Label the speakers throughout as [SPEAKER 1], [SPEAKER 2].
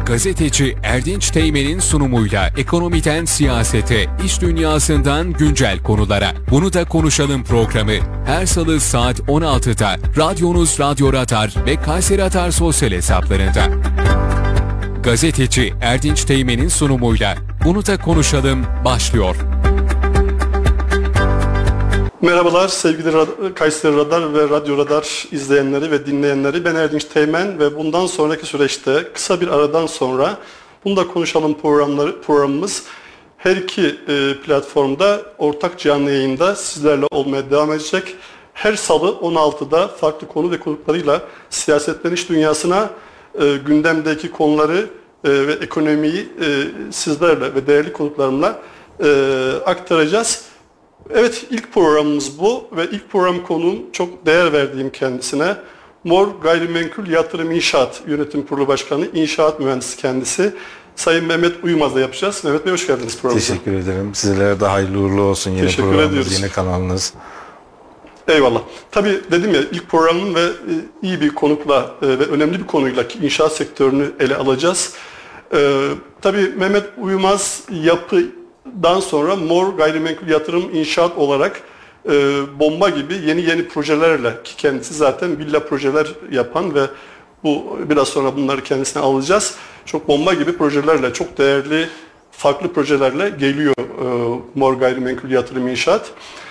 [SPEAKER 1] Gazeteci Erdinç Teğmen'in sunumuyla ekonomiden siyasete, iş dünyasından güncel konulara Bunu da konuşalım programı her salı saat 16'da radyonuz Radyo Radar ve Kayseri Radar sosyal hesaplarında. Gazeteci Erdinç Teğmen'in sunumuyla Bunu da konuşalım başlıyor.
[SPEAKER 2] Merhabalar sevgili Kayseri Radar ve Radyo Radar izleyenleri ve dinleyenleri. Ben Erdinç Teğmen ve bundan sonraki süreçte kısa bir aradan sonra Bunu da konuşalım programımız her iki platformda ortak canlı yayında sizlerle olmaya devam edecek. Her salı 16'da farklı konu ve konuklarıyla siyasetten iş dünyasına gündemdeki konuları ve ekonomiyi sizlerle ve değerli konuklarımla aktaracağız. Evet, ilk programımız bu ve ilk program konuğum çok değer verdiğim kendisine. Mor Gayrimenkul Yatırım İnşaat Yönetim Kurulu Başkanı, İnşaat Mühendisi kendisi. Sayın Mehmet Uymaz'la yapacağız. Mehmet Bey hoş geldiniz programımıza.
[SPEAKER 3] Teşekkür ederim. Sizlere de hayırlı uğurlu olsun yeni programınız, yeni kanalınız.
[SPEAKER 2] Eyvallah. Tabii dedim ya ilk programın ve iyi bir konukla ve önemli bir konuyla ki inşaat sektörünü ele alacağız. Tabii Mehmet Uymaz yapıdan sonra Mor Gayrimenkul Yatırım İnşaat olarak bomba gibi yeni projelerle ki kendisi zaten villa projeler yapan ve bu biraz sonra bunları kendisine alacağız. Çok bomba gibi projelerle, çok değerli farklı projelerle geliyor Mor Gayrimenkul Yatırım İnşaat.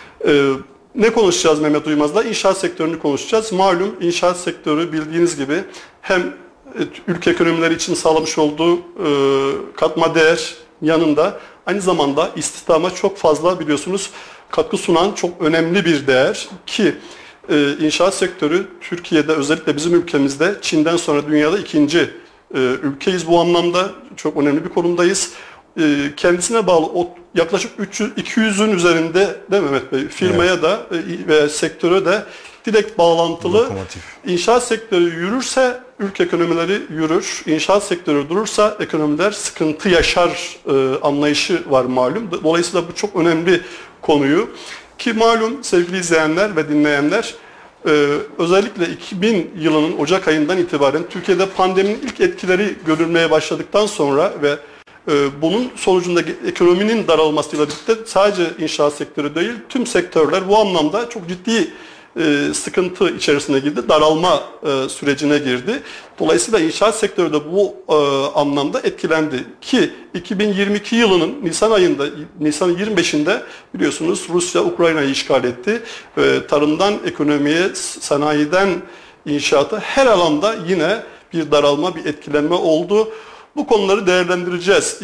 [SPEAKER 2] Ne konuşacağız Mehmet Uymaz'la? İnşaat sektörünü konuşacağız. Malum inşaat sektörü bildiğiniz gibi hem ülke ekonomileri için sağlamış olduğu katma değer yanında aynı zamanda istihdama çok fazla biliyorsunuz katkı sunan çok önemli bir değer ki inşaat sektörü Türkiye'de özellikle bizim ülkemizde Çin'den sonra dünyada ikinci ülkeyiz bu anlamda çok önemli bir konumdayız. Kendisine bağlı yaklaşık 200'ün üzerinde değil mi Mehmet Bey? Firmaya evet. Da ve sektöre de direkt bağlantılı.
[SPEAKER 3] Lokomotif.
[SPEAKER 2] İnşaat sektörü yürürse ülke ekonomileri yürür. İnşaat sektörü durursa ekonomiler sıkıntı yaşar anlayışı var malum. Dolayısıyla bu çok önemli konuyu ki malum sevgili izleyenler ve dinleyenler özellikle 2000 yılının Ocak ayından itibaren Türkiye'de pandeminin ilk etkileri görülmeye başladıktan sonra ve bunun sonucunda ekonominin daralmasıyla birlikte sadece inşaat sektörü değil tüm sektörler bu anlamda çok ciddi sıkıntı içerisine girdi, daralma sürecine girdi. Dolayısıyla inşaat sektörü de bu anlamda etkilendi ki 2022 yılının Nisan 25'inde biliyorsunuz Rusya Ukrayna'yı işgal etti. Tarımdan ekonomiye, sanayiden inşaata her alanda yine bir daralma, bir etkilenme oldu. Bu konuları değerlendireceğiz.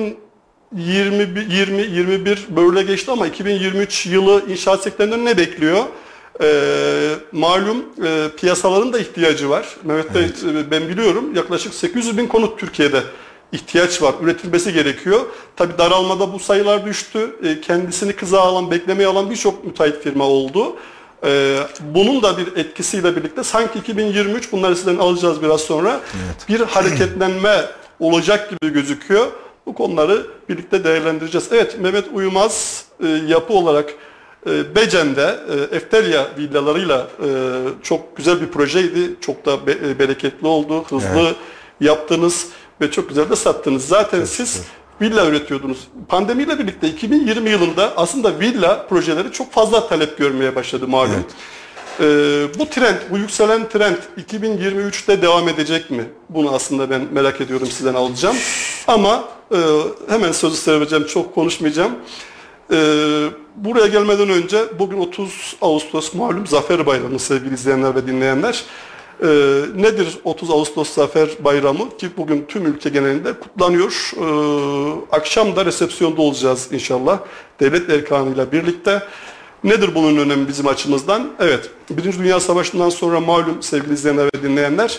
[SPEAKER 2] 2020-21 böyle geçti ama 2023 yılı inşaat sektöründen ne bekliyor? Malum piyasaların da ihtiyacı var. Mehmet Bey evet. Ben biliyorum yaklaşık 800 bin konut Türkiye'de ihtiyaç var. Üretilmesi gerekiyor. Tabii daralmada bu sayılar düştü. Kendisini kıza alan, beklemeye alan birçok müteahhit firma oldu. Bunun da bir etkisiyle birlikte sanki 2023 bunları sizden alacağız biraz sonra evet. Bir hareketlenme olacak gibi gözüküyor. Bu konuları birlikte değerlendireceğiz. Evet Mehmet Uymaz yapı olarak Becen'de Eftelya villalarıyla çok güzel bir projeydi. Çok da bereketli oldu. Hızlı evet. Yaptınız ve çok güzel de sattınız. Zaten evet, siz evet. Villa üretiyordunuz. Pandemiyle birlikte 2020 yılında aslında villa projeleri çok fazla talep görmeye başladı malum. Evet. Bu trend, bu yükselen trend 2023'te devam edecek mi? Bunu aslında ben merak ediyorum sizden alacağım. Ama hemen sözü size vereceğim, çok konuşmayacağım. Buraya gelmeden önce bugün 30 Ağustos malum Zafer Bayramı sevgili izleyenler ve dinleyenler. Nedir 30 Ağustos Zafer Bayramı ki bugün tüm ülke genelinde kutlanıyor. Akşam da resepsiyonda olacağız inşallah devlet erkanıyla birlikte. Nedir bunun önemi bizim açımızdan? Evet, Birinci Dünya Savaşı'ndan sonra malum sevgili izleyenler ve dinleyenler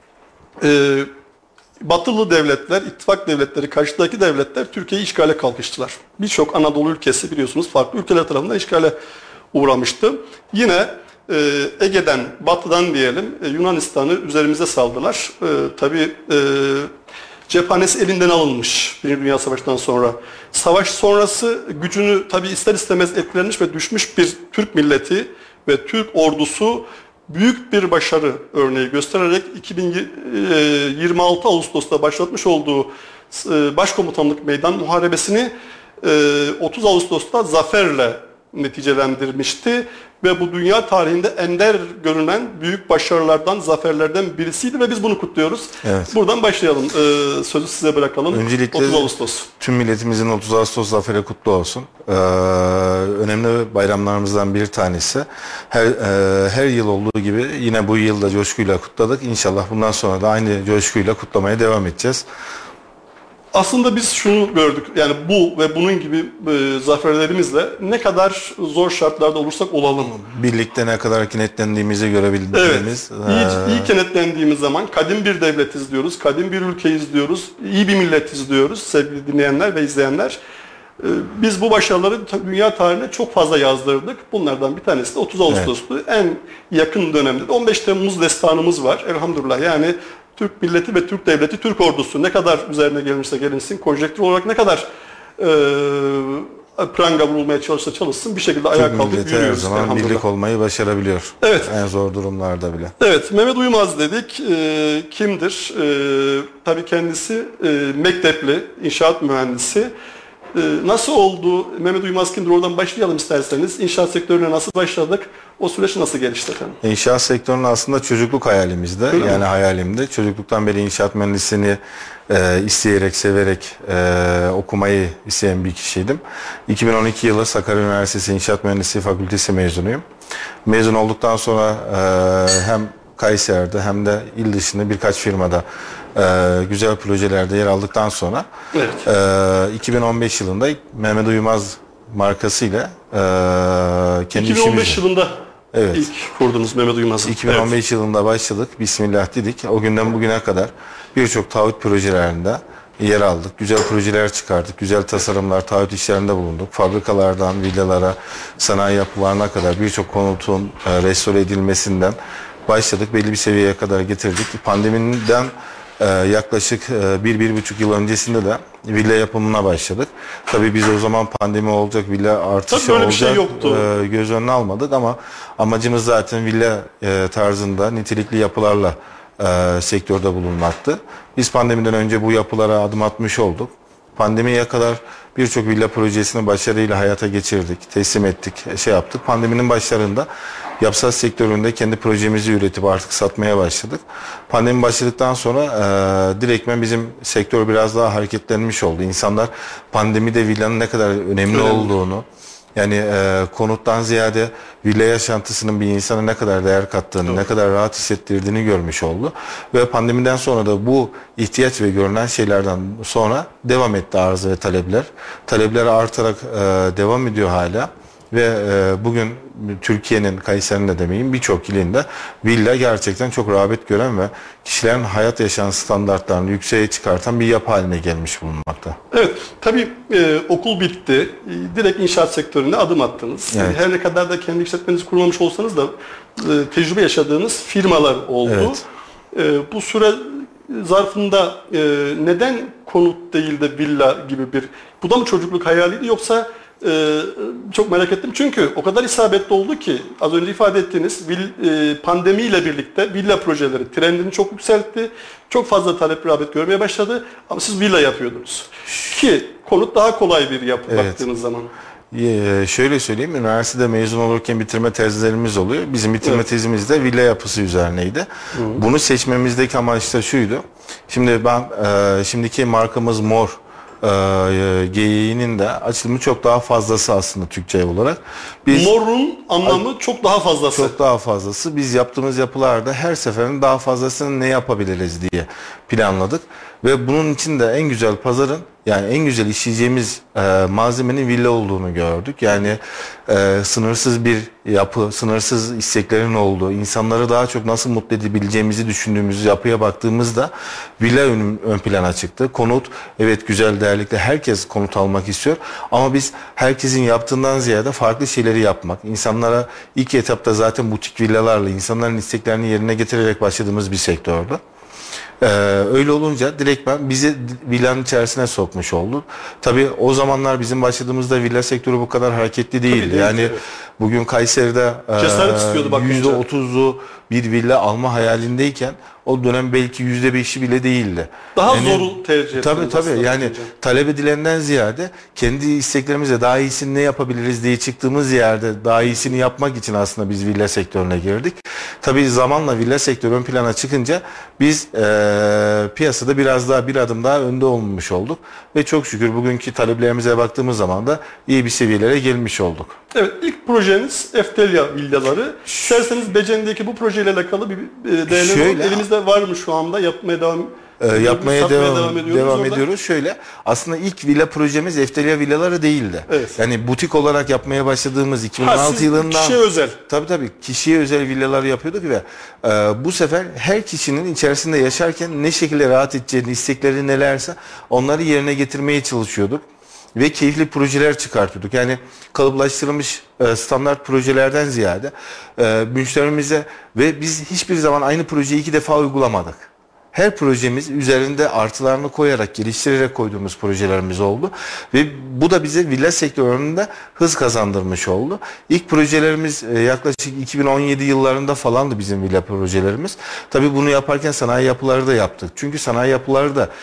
[SPEAKER 2] Batılı devletler, ittifak devletleri, karşıdaki devletler Türkiye'yi işgale kalkıştılar. Birçok Anadolu ülkesi biliyorsunuz farklı ülkeler tarafından işgale uğramıştı. Yine Ege'den, batıdan diyelim Yunanistan'ı üzerimize saldılar. Tabii cephanesi elinden alınmış Birinci Dünya Savaşı'ndan sonra. Savaş sonrası gücünü tabii ister istemez etkilenmiş ve düşmüş bir Türk milleti ve Türk ordusu büyük bir başarı örneği göstererek 26 Ağustos'ta başlatmış olduğu Başkomutanlık Meydan Muharebesi'ni 30 Ağustos'ta zaferle neticelendirmişti ve bu dünya tarihinde ender görünen büyük başarılardan, zaferlerden birisiydi ve biz bunu kutluyoruz. Evet. Buradan başlayalım. Sözü size bırakalım.
[SPEAKER 3] Öncelikle
[SPEAKER 2] 30 Ağustos.
[SPEAKER 3] Tüm milletimizin 30 Ağustos zaferi kutlu olsun. Önemli bayramlarımızdan bir tanesi. Her yıl olduğu gibi yine bu yılda coşkuyla kutladık. İnşallah bundan sonra da aynı coşkuyla kutlamaya devam edeceğiz.
[SPEAKER 2] Aslında biz şunu gördük, yani bu ve bunun gibi zaferlerimizle ne kadar zor şartlarda olursak olalım.
[SPEAKER 3] Birlikte ne kadar kenetlendiğimizi görebildiğimiz.
[SPEAKER 2] Evet, iyi kenetlendiğimiz zaman kadim bir devletiz diyoruz, kadim bir ülkeyiz diyoruz, iyi bir milletiz diyoruz sevgili dinleyenler ve izleyenler. Biz bu başarıları dünya tarihine çok fazla yazdırdık. Bunlardan bir tanesi de 30 Ağustos'tu. Evet. En yakın dönemde de 15 Temmuz destanımız var elhamdülillah. Yani Türk milleti ve Türk devleti, Türk ordusu ne kadar üzerine gelinirse gelinsin, konjektür olarak ne kadar pranga vurulmaya çalışsın bir şekilde ayağa kalkıp yürüyoruz.
[SPEAKER 3] Her zaman birlik olmayı başarabiliyor. Evet. En zor durumlarda bile.
[SPEAKER 2] Evet, Mehmet Uymaz dedik. Kimdir? Tabii kendisi mektepli, inşaat mühendisi. Nasıl oldu? Mehmet Uymaz kimdir? Oradan başlayalım isterseniz. İnşaat sektörüne nasıl başladık? O süreç nasıl gelişti efendim?
[SPEAKER 3] İnşaat sektörünün aslında çocukluk hayalimizde. Öyle yani mi? Hayalimde. Çocukluktan beri inşaat mühendisliğini isteyerek, severek okumayı isteyen bir kişiydim. 2012 yılı Sakarya Üniversitesi İnşaat Mühendisliği Fakültesi mezunuyum. Mezun olduktan sonra hem Kayseri'de hem de il dışında birkaç firmada güzel projelerde yer aldıktan sonra evet. 2015 yılında Mehmet Uymaz markasıyla kendi
[SPEAKER 2] 2015 yılında evet. İlk kurdunuz Mehmet Uymaz'ı.
[SPEAKER 3] 2015 evet. yılında başladık. Bismillah dedik. O günden bugüne kadar birçok taahhüt projelerinde yer aldık. Güzel projeler çıkardık. Güzel tasarımlar, taahhüt işlerinde bulunduk. Fabrikalardan villalara, sanayi yapılarına kadar birçok konutun restore edilmesinden başladık. Belli bir seviyeye kadar getirdik. Pandemiden yaklaşık 1-1,5 yıl öncesinde de villa yapımına başladık. Tabii biz o zaman pandemi olacak, villa artışı olacak
[SPEAKER 2] şey yoktu.
[SPEAKER 3] Göz önüne almadık ama amacımız zaten villa tarzında nitelikli yapılarla sektörde bulunmaktı. Biz pandemiden önce bu yapılara adım atmış olduk. Pandemiye kadar birçok villa projesini başarıyla hayata geçirdik, teslim ettik, yaptık. Pandeminin başlarında yapısal sektöründe kendi projemizi üretip artık satmaya başladık. Pandemi başladıktan sonra direktmen bizim sektör biraz daha hareketlenmiş oldu. İnsanlar pandemide villanın ne kadar önemli olduğunu, yani konuttan ziyade villa yaşantısının bir insana ne kadar değer kattığını, ne kadar rahat hissettirdiğini görmüş oldu. Ve pandemiden sonra da bu ihtiyaç ve görünen şeylerden sonra devam etti arz ve talepler. Talepler artarak devam ediyor hala. Ve bugün Türkiye'nin, Kayseri'nin de demeyeyim birçok ilinde villa gerçekten çok rağbet gören ve kişilerin hayat yaşam standartlarını yükseğe çıkartan bir yapı haline gelmiş bulunmakta.
[SPEAKER 2] Evet, tabii okul bitti. Direkt inşaat sektörüne adım attınız. Evet. Her ne kadar da kendi işletmenizi kurmamış olsanız da tecrübe yaşadığınız firmalar oldu. Evet. Bu süre zarfında neden konut değil de villa gibi bu da mı çocukluk hayaliydi yoksa çok merak ettim çünkü o kadar isabetli oldu ki az önce ifade ettiğiniz pandemiyle birlikte villa projeleri trendini çok yükseltti. Çok fazla talep rağbet görmeye başladı ama siz villa yapıyordunuz. Ki konut daha kolay bir yapı evet. Baktığınız zaman.
[SPEAKER 3] Şöyle söyleyeyim, üniversitede mezun olurken bitirme tezlerimiz oluyor. Bizim bitirme evet. tezimiz de villa yapısı üzerineydi. Hı. Bunu seçmemizdeki amaç da şuydu. Şimdi ben şimdiki markamız Mor geyiğinin de açılımı çok daha fazlası aslında Türkçe olarak.
[SPEAKER 2] Mor'un anlamı çok daha fazlası.
[SPEAKER 3] Çok daha fazlası. Biz yaptığımız yapılarda her seferin daha fazlasını ne yapabiliriz diye planladık. Ve bunun için de en güzel pazarın, yani en güzel işleyeceğimiz malzemenin villa olduğunu gördük. Yani sınırsız bir yapı, sınırsız isteklerin olduğu, insanları daha çok nasıl mutlu edebileceğimizi düşündüğümüz yapıya baktığımızda villa ön plana çıktı. Konut, evet güzel, değerlikle herkes konut almak istiyor. Ama biz herkesin yaptığından ziyade farklı şeyleri yapmak, insanlara ilk etapta zaten butik villalarla insanların isteklerini yerine getirerek başladığımız bir sektördü. Öyle olunca direktmen bizi villanın içerisine sokmuş oldu. Tabii o zamanlar bizim başladığımızda villa sektörü bu kadar hareketli değildi.
[SPEAKER 2] Değil,
[SPEAKER 3] yani
[SPEAKER 2] evet.
[SPEAKER 3] bugün Kayseri'de
[SPEAKER 2] Cesaret istiyordu bakınca.
[SPEAKER 3] %30'lu bir villa alma hayalindeyken o dönem belki %5'i bile değildi.
[SPEAKER 2] Daha zoru tercih ettiniz.
[SPEAKER 3] Tabii yani talep edilenden ziyade kendi isteklerimizle daha iyisini ne yapabiliriz diye çıktığımız yerde daha iyisini yapmak için aslında biz villa sektörüne girdik. Tabii zamanla villa sektörü ön plana çıkınca biz piyasada biraz daha bir adım daha önde olmuş olduk. Ve çok şükür bugünkü taleplerimize baktığımız zaman da iyi bir seviyelere gelmiş olduk.
[SPEAKER 2] Evet, ilk projeniz Eftelya Villaları. İsterseniz Becen'deki bu projeyle alakalı bir değerlendirelim. Elimizde var mı şu anda? Yapmaya devam
[SPEAKER 3] ediyoruz. Şöyle, aslında ilk villa projemiz Eftelya Villaları değildi.
[SPEAKER 2] Evet.
[SPEAKER 3] Yani butik olarak yapmaya başladığımız 2016 yılından
[SPEAKER 2] kişiye özel.
[SPEAKER 3] Tabii kişiye özel villalar yapıyorduk ve bu sefer her kişinin içerisinde yaşarken ne şekilde rahat edeceğini, istekleri nelerse onları yerine getirmeye çalışıyorduk. Ve keyifli projeler çıkartıyorduk. Yani kalıplaştırılmış standart projelerden ziyade müşterimize ve biz hiçbir zaman aynı projeyi 2 defa uygulamadık. Her projemiz üzerinde artılarını koyarak, geliştirerek koyduğumuz projelerimiz oldu. Ve bu da bize villa sektöründe hız kazandırmış oldu. İlk projelerimiz yaklaşık 2017 yıllarında falandı bizim villa projelerimiz. Tabii bunu yaparken sanayi yapıları da yaptık. Çünkü sanayi yapıları da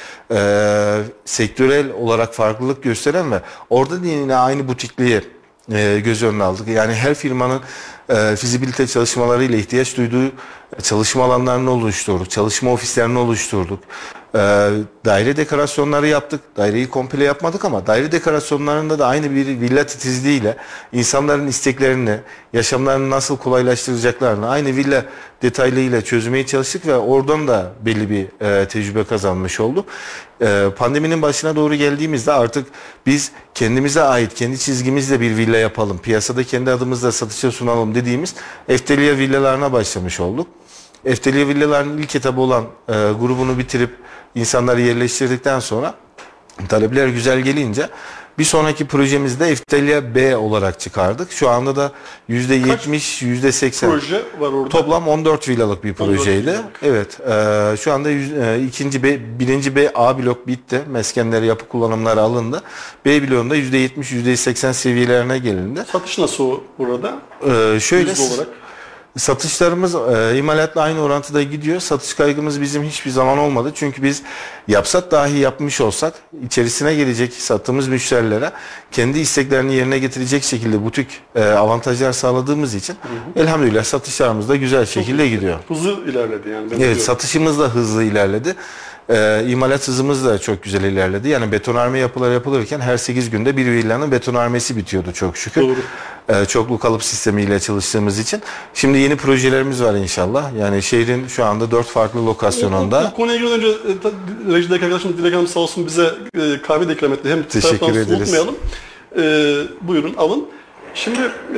[SPEAKER 3] sektörel olarak farklılık gösteren ve orada da yine aynı butikliği göz önüne aldık. Yani her firmanın fizibilite çalışmalarıyla ihtiyaç duyduğu çalışma alanlarını oluşturduk. Çalışma ofislerini oluşturduk. Daire dekorasyonları yaptık. Daireyi komple yapmadık ama daire dekorasyonlarında da aynı bir villa titizliğiyle insanların isteklerini, yaşamlarını nasıl kolaylaştıracaklarını aynı villa detaylıyla çözmeye çalıştık ve oradan da belli bir tecrübe kazanmış olduk. Pandeminin başına doğru geldiğimizde artık biz kendimize ait, kendi çizgimizle bir villa yapalım, piyasada kendi adımızla satışa sunalım dediğimiz Eftelya Villalarına başlamış olduk. Eftelya Villalarının ilk etabı olan grubunu bitirip insanları yerleştirdikten sonra talepler güzel gelince bir sonraki projemizde Eftelya B olarak çıkardık. Şu anda da %70, %80
[SPEAKER 2] proje var orada.
[SPEAKER 3] Toplam 14 villalık bir projeydi. Evet. Şu anda birinci B A blok bitti. Meskenleri, yapı kullanımları alındı. B bloğunda %70, %80 seviyelerine gelindi.
[SPEAKER 2] Satış nasıl burada?
[SPEAKER 3] Şöyle
[SPEAKER 2] olarak.
[SPEAKER 3] Satışlarımız imalatla aynı orantıda gidiyor. Satış kaygımız bizim hiçbir zaman olmadı. Çünkü biz yapsat dahi yapmış olsak içerisine gelecek sattığımız müşterilere kendi isteklerini yerine getirecek şekilde butik avantajlar sağladığımız için elhamdülillah satışlarımız da güzel şekilde gidiyor.
[SPEAKER 2] Hızlı ilerledi yani.
[SPEAKER 3] Evet, satışımız da hızlı ilerledi. İmalat hızımız da çok güzel ilerledi. Yani betonarme yapılar yapılırken her 8 günde bir villanın betonarmesi bitiyordu çok şükür. Çoklu kalıp sistemiyle çalıştığımız için. Şimdi yeni projelerimiz var inşallah. Yani şehrin şu anda 4 farklı lokasyonunda.
[SPEAKER 2] O konuya girmeden önce rejideki arkadaşımız Dilek Hanım sağ olsun bize kahve de ikram etti. Hem
[SPEAKER 3] teşekkür ederiz.
[SPEAKER 2] Unutmayalım. Buyurun alın. Şimdi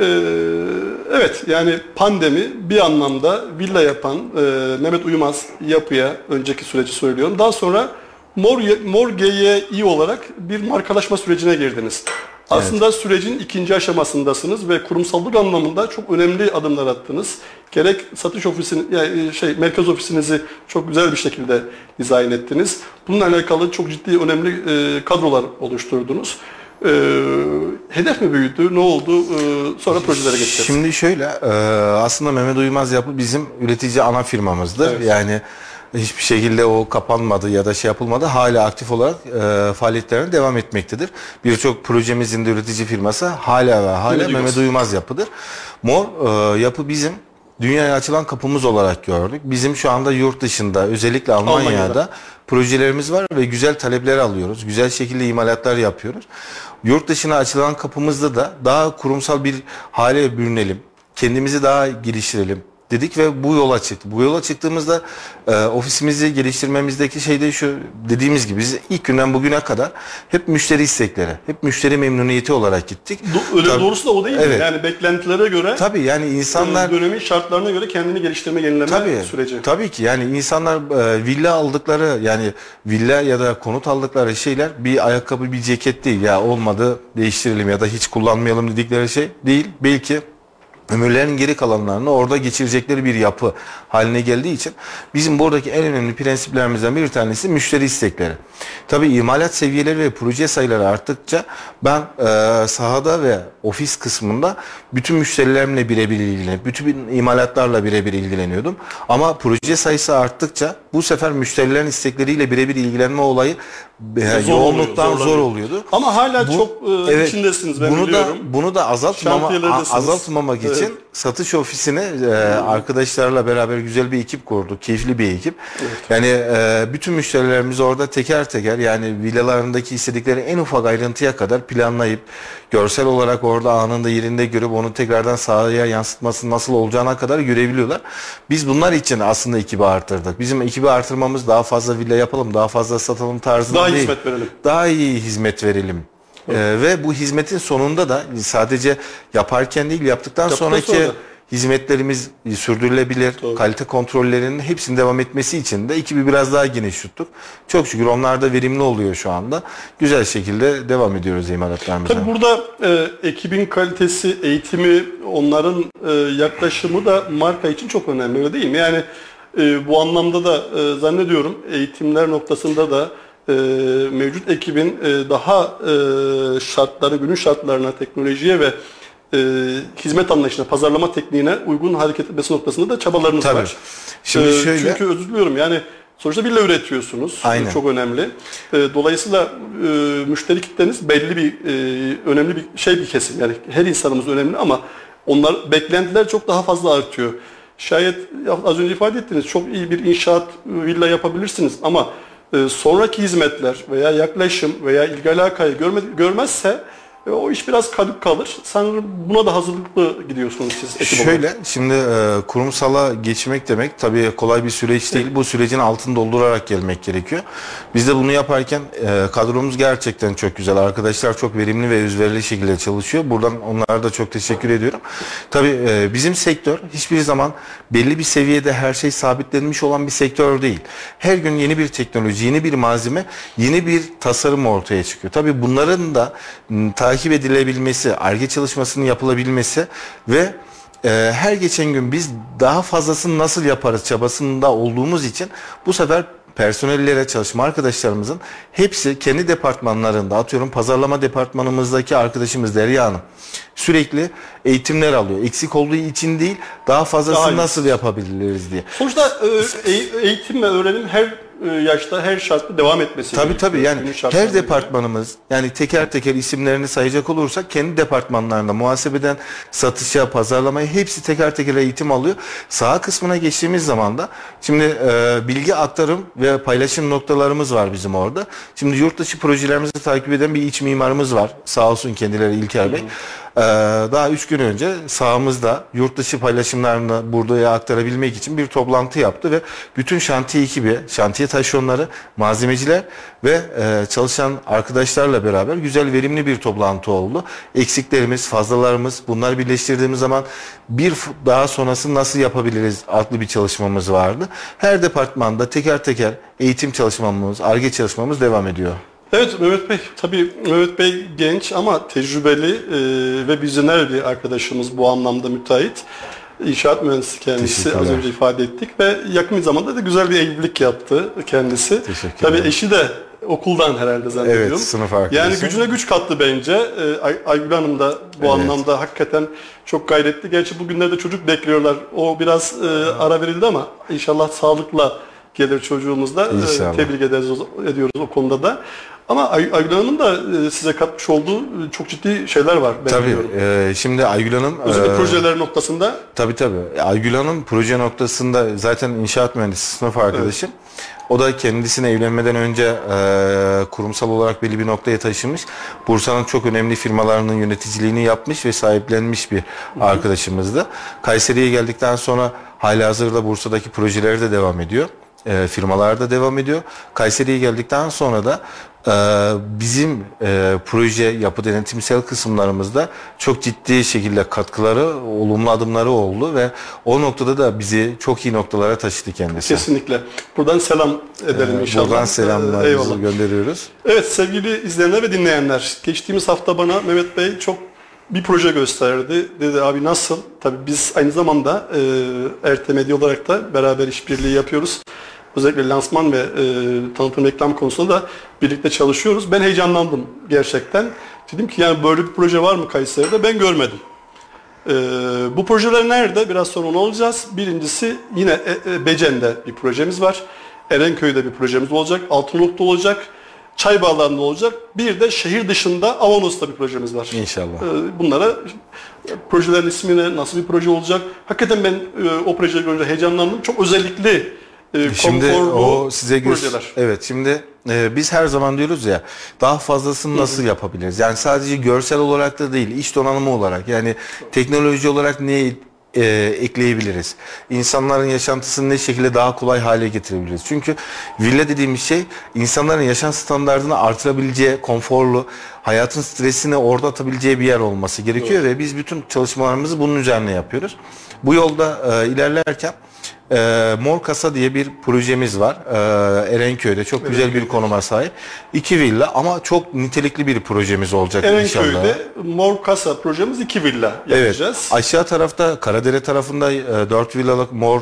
[SPEAKER 2] evet yani pandemi bir anlamda villa yapan Mehmet Uyumaz yapıya önceki süreci söylüyorum. Daha sonra Mor GYİ olarak bir markalaşma sürecine girdiniz. Aslında sürecin ikinci aşamasındasınız ve kurumsallık anlamında çok önemli adımlar attınız. Gerek satış ofisini, yani merkez ofisinizi çok güzel bir şekilde dizayn ettiniz. Bununla alakalı çok ciddi önemli kadrolar oluşturdunuz. Hedef mi büyüdü? Ne oldu? Sonra projelere geçeceğiz.
[SPEAKER 3] Şimdi şöyle, aslında Mehmet Uymaz Yapı bizim üretici ana firmamızdır. Evet. Yani hiçbir şekilde o kapanmadı ya da yapılmadı. Hala aktif olarak faaliyetlerine devam etmektedir. Birçok projemizin de üretici firması hala Mehmet Uymaz Yapı'dır. Mor Yapı bizim dünyaya açılan kapımız olarak gördük. Bizim şu anda yurt dışında, özellikle Almanya'da projelerimiz var ve güzel talepler alıyoruz. Güzel şekilde imalatlar yapıyoruz. Yurt dışına açılan kapımızda da daha kurumsal bir hale bürünelim. Kendimizi daha geliştirelim dedik ve bu yola çıktık. Bu yola çıktığımızda ofisimizi geliştirmemizdeki şey de şu, dediğimiz gibi biz ilk günden bugüne kadar hep müşteri istekleri, hep müşteri memnuniyeti olarak gittik.
[SPEAKER 2] Doğrusu da o değil mi? Yani beklentilere göre,
[SPEAKER 3] tabii yani insanlar
[SPEAKER 2] dönemin şartlarına göre kendini geliştirme, yenileme süreci.
[SPEAKER 3] Tabii ki yani insanlar villa aldıkları, yani villa ya da konut aldıkları şeyler bir ayakkabı, bir ceket değil. Ya olmadı değiştirelim ya da hiç kullanmayalım dedikleri şey değil. Belki ömürlerinin geri kalanlarını orada geçirecekleri bir yapı haline geldiği için bizim buradaki en önemli prensiplerimizden bir tanesi müşteri istekleri. Tabii imalat seviyeleri ve proje sayıları arttıkça ben sahada ve ofis kısmında bütün müşterilerimle birebir ilgilenip bütün imalatlarla birebir ilgileniyordum. Ama proje sayısı arttıkça bu sefer müşterilerin istekleriyle birebir ilgilenme olayı yoğunluktan zor oluyordu.
[SPEAKER 2] Ama hala çok içindesiniz, ben biliyorum.
[SPEAKER 3] Bunu da azaltmamak için satış ofisine arkadaşlarla beraber güzel bir ekip kurduk. Keyifli bir ekip. Evet. Yani bütün müşterilerimiz orada teker teker, yani villalarındaki istedikleri en ufak ayrıntıya kadar planlayıp görsel olarak orada anında yerinde görüp onu tekrardan sahaya yansıtması nasıl olacağına kadar görebiliyorlar. Biz bunlar için aslında ekibi artırdık. Bizim ekibi artırmamız daha fazla villa yapalım, daha fazla satalım tarzında
[SPEAKER 2] daha
[SPEAKER 3] değil.
[SPEAKER 2] Hizmet verelim.
[SPEAKER 3] Daha iyi hizmet verelim. Ve bu hizmetin sonunda da sadece yaparken değil, yaptıktan sonraki hizmetlerimiz sürdürülebilir, kalite kontrollerinin hepsinin devam etmesi için de ekibi biraz daha geniş tuttuk. Çok şükür onlar da verimli oluyor şu anda. Güzel şekilde devam ediyoruz imalatlarımıza.
[SPEAKER 2] Tabii burada ekibin kalitesi, eğitimi, onların yaklaşımı da marka için çok önemli, öyle değil mi? Yani bu anlamda da zannediyorum eğitimler noktasında da mevcut ekibin daha günün şartlarına, teknolojiye ve hizmet anlayışına, pazarlama tekniğine uygun hareket etmesi noktasında da çabalarınız var.
[SPEAKER 3] Şimdi şöyle,
[SPEAKER 2] çünkü özür diliyorum, yani sonuçta villa üretiyorsunuz.
[SPEAKER 3] Aynen.
[SPEAKER 2] Çok önemli. Dolayısıyla müşteri kitleniz belli bir önemli bir kesim. Yani her insanımız önemli ama beklentiler çok daha fazla artıyor. Şayet az önce ifade ettiğiniz çok iyi bir inşaat villa yapabilirsiniz ama sonraki hizmetler veya yaklaşım veya ilgi alakayı görmezse o iş biraz kadük kalır. Sanırım buna da hazırlıklı gidiyorsunuz siz.
[SPEAKER 3] Şöyle, şimdi kurumsala geçmek demek tabii kolay bir süreç değil. Bu sürecin altını doldurarak gelmek gerekiyor. Biz de bunu yaparken kadromuz gerçekten çok güzel. Arkadaşlar çok verimli ve özverili şekilde çalışıyor. Buradan onlara da çok teşekkür ediyorum. Tabii bizim sektör hiçbir zaman belli bir seviyede her şey sabitlenmiş olan bir sektör değil. Her gün yeni bir teknoloji, yeni bir malzeme, yeni bir tasarım ortaya çıkıyor. Tabii bunların da takip edilebilmesi, Ar-Ge çalışmasının yapılabilmesi ve her geçen gün biz daha fazlasını nasıl yaparız çabasında olduğumuz için bu sefer personellere, çalışma arkadaşlarımızın hepsi kendi departmanlarında, atıyorum pazarlama departmanımızdaki arkadaşımız Derya Hanım sürekli eğitimler alıyor. Eksik olduğu için değil, daha fazlasını nasıl yapabiliriz diye.
[SPEAKER 2] Sonuçta eğitim ve öğrenim her yaşta, her şartta devam etmesi.
[SPEAKER 3] Tabii yani her departmanımız, yani teker teker isimlerini sayacak olursak kendi departmanlarında muhasebeden satışa, pazarlamaya hepsi teker teker eğitim alıyor. Saha kısmına geçtiğimiz zaman da şimdi bilgi aktarım ve paylaşım noktalarımız var bizim orada. Şimdi yurt dışı projelerimizi takip eden bir iç mimarımız var. Sağ olsun kendileri İlker Bey. Daha 3 gün önce sahamızda yurt dışı paylaşımlarını buraya aktarabilmek için bir toplantı yaptı ve bütün şantiye ekibi, şantiye taşeronları, malzemeciler ve çalışan arkadaşlarla beraber güzel, verimli bir toplantı oldu. Eksiklerimiz, fazlalarımız, bunları birleştirdiğimiz zaman bir daha sonrasını nasıl yapabiliriz adlı bir çalışmamız vardı. Her departmanda teker teker eğitim çalışmamız, Ar-Ge çalışmamız devam ediyor.
[SPEAKER 2] Evet Mehmet Bey, tabii Mehmet Bey genç ama tecrübeli ve vizyoner bir arkadaşımız, bu anlamda müteahhit. İnşaat mühendisi kendisi, az önce ifade ettik ve yakın bir zamanda da güzel bir evlilik yaptı kendisi. Tabii eşi de okuldan herhalde zannediyorum.
[SPEAKER 3] Evet, sınıf arkadaşı.
[SPEAKER 2] Yani gücüne güç kattı bence. Aygül Hanım da bu anlamda hakikaten çok gayretli. Gerçi bugünlerde çocuk bekliyorlar. O biraz ara verildi ama inşallah sağlıkla gelir çocuğumuz da. Tebrik ediyoruz o konuda da. Ama Aygül Hanım'ın da size katmış olduğu çok ciddi şeyler var.
[SPEAKER 3] Tabii. Şimdi Aygül Hanım...
[SPEAKER 2] Özellikle projeler noktasında.
[SPEAKER 3] Tabii. Aygül Hanım proje noktasında zaten inşaat mühendisi, sınıf arkadaşım. Evet. O da kendisine evlenmeden önce kurumsal olarak belli bir noktaya taşımış. Bursa'nın çok önemli firmalarının yöneticiliğini yapmış ve sahiplenmiş bir arkadaşımızdı. Kayseri'ye geldikten sonra halihazırda Bursa'daki projeleri de devam ediyor. Firmalar da devam ediyor. Kayseri'ye geldikten sonra da bizim proje, yapı denetimsel kısımlarımızda çok ciddi şekilde katkıları, olumlu adımları oldu ve o noktada da bizi çok iyi noktalara taşıdı kendisi.
[SPEAKER 2] Kesinlikle. Buradan selam edelim inşallah.
[SPEAKER 3] Buradan selamlarımızı gönderiyoruz.
[SPEAKER 2] Evet sevgili izleyenler ve dinleyenler, geçtiğimiz hafta bana Mehmet Bey çok Bir proje gösterdi. Dedi abi nasıl? Tabii biz aynı zamanda RT Medya olarak da beraber işbirliği yapıyoruz. Özellikle lansman ve tanıtım reklam konusunda da birlikte çalışıyoruz. Ben heyecanlandım gerçekten. Dedim ki yani böyle bir proje var mı Kayseri'de? Ben görmedim. Bu projeler nerede? Biraz sonra onu alacağız. Birincisi yine Becen'de bir projemiz var. Erenköy'de bir projemiz olacak. Altınoluk'ta olacak. Çaybağlar'da olacak. Bir de şehir dışında Avanos'ta bir projemiz var.
[SPEAKER 3] İnşallah.
[SPEAKER 2] Bunlara projelerin ismine nasıl bir proje olacak? Hakikaten ben o projeyi görünce heyecanlandım. Çok özellikli,
[SPEAKER 3] Şimdi o size
[SPEAKER 2] projeler.
[SPEAKER 3] Evet, şimdi biz her zaman diyoruz ya, daha fazlasını nasıl yapabiliriz? Yani sadece görsel olarak da değil, iş donanımı olarak, yani teknoloji olarak ne ekleyebiliriz? İnsanların yaşantısını ne şekilde daha kolay hale getirebiliriz? Çünkü villa dediğimiz şey insanların yaşam standartını artırabileceği, konforlu, hayatın stresini orada atabileceği bir yer olması gerekiyor. Ve biz bütün çalışmalarımızı bunun üzerine yapıyoruz. Bu yolda ilerlerken Mor Kasa diye bir projemiz var. Erenköy'de çok güzel bir konuma sahip. 2 villa ama çok nitelikli bir projemiz olacak inşallah.
[SPEAKER 2] Erenköy'de Mor Kasa projemiz 2 villa yapacağız.
[SPEAKER 3] Evet. Aşağı tarafta Karadere tarafında 4 villalık Mor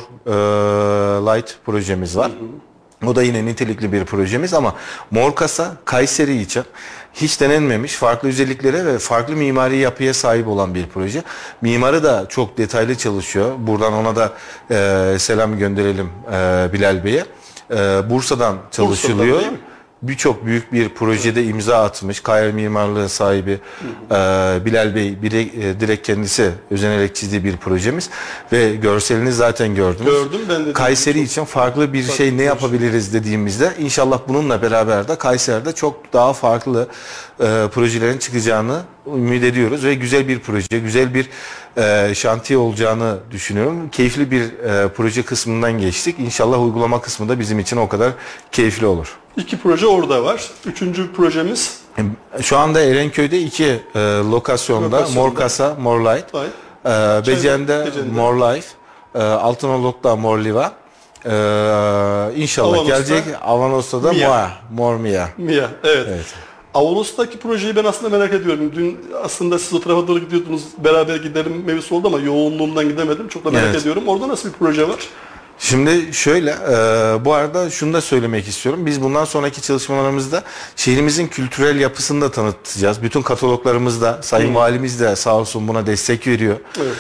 [SPEAKER 3] Light projemiz var. O da yine nitelikli bir projemiz ama Mor Kasa Kayseri için hiç denenmemiş, farklı özelliklere ve farklı mimari yapıya sahip olan bir proje. Mimarı da çok detaylı çalışıyor. Buradan ona da selam gönderelim Bilal Bey'e. Bursa'dan çalışılıyor. Birçok büyük bir projede imza atmış. Kayar mimarlığı sahibi Bilal Bey direkt kendisi özenerek çizdiği bir projemiz. Ve görselini zaten gördünüz.
[SPEAKER 2] Gördüm ben de.
[SPEAKER 3] Kayseri için farklı bir şey ne yapabiliriz dediğimizde inşallah bununla beraber de Kayseri'de çok daha farklı projelerin çıkacağını ümit ediyoruz. Ve güzel bir proje, güzel bir şantiye olacağını düşünüyorum. Keyifli bir proje kısmından geçtik. İnşallah uygulama kısmı da bizim için o kadar keyifli olur.
[SPEAKER 2] 2 proje orada var. 3. projemiz?
[SPEAKER 3] Şu anda Erenköy'de 2 lokasyonda. Mor Kasa, Mor Light. Becen'de Mor Life. Altınoluk'ta Mor Liva. İnşallah
[SPEAKER 2] Avanos'ta,
[SPEAKER 3] gelecek. Avanos'ta da Mor Mia.
[SPEAKER 2] Mia, evet. Avanos'taki projeyi ben aslında merak ediyorum. Dün aslında siz o tarafa doğru gidiyordunuz, beraber gidelim mevzusu oldu ama yoğunluğumdan gidemedim. Çok da merak ediyorum. Orada nasıl bir proje var?
[SPEAKER 3] Şimdi şöyle, bu arada şunu da söylemek istiyorum. Biz bundan sonraki çalışmalarımızda şehrimizin kültürel yapısını da tanıtacağız. Bütün kataloglarımızda Sayın Valimiz de sağ olsun buna destek veriyor.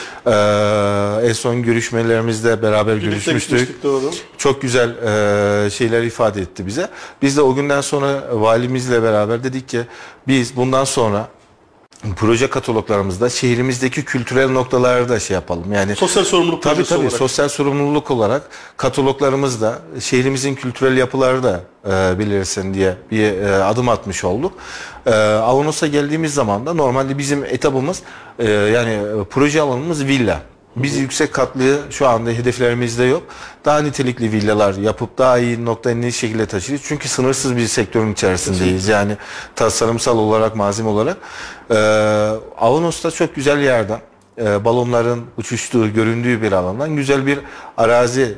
[SPEAKER 3] En son görüşmelerimizde beraber görüşmüştük.
[SPEAKER 2] Doğru.
[SPEAKER 3] Çok güzel şeyler ifade etti bize. Biz de o günden sonra valimizle beraber dedik ki biz bundan sonra proje kataloglarımızda şehrimizdeki kültürel noktaları da şey yapalım. Yani
[SPEAKER 2] sosyal sorumluluk projesi olarak.
[SPEAKER 3] Sosyal sorumluluk olarak kataloglarımızda şehrimizin kültürel yapıları da belirsin diye bir adım atmış olduk. Avanos'a geldiğimiz zaman da normalde bizim etabımız yani proje alanımız villa. Biz yüksek katlı şu anda hedeflerimizde yok. Daha nitelikli villalar yapıp daha iyi noktaya ne şekilde taşıyacağız. Çünkü sınırsız bir sektörün içerisindeyiz. Yani tasarımsal olarak, malzeme olarak. Avanos'ta çok güzel yerden, balonların uçuştuğu, göründüğü bir alandan güzel bir arazi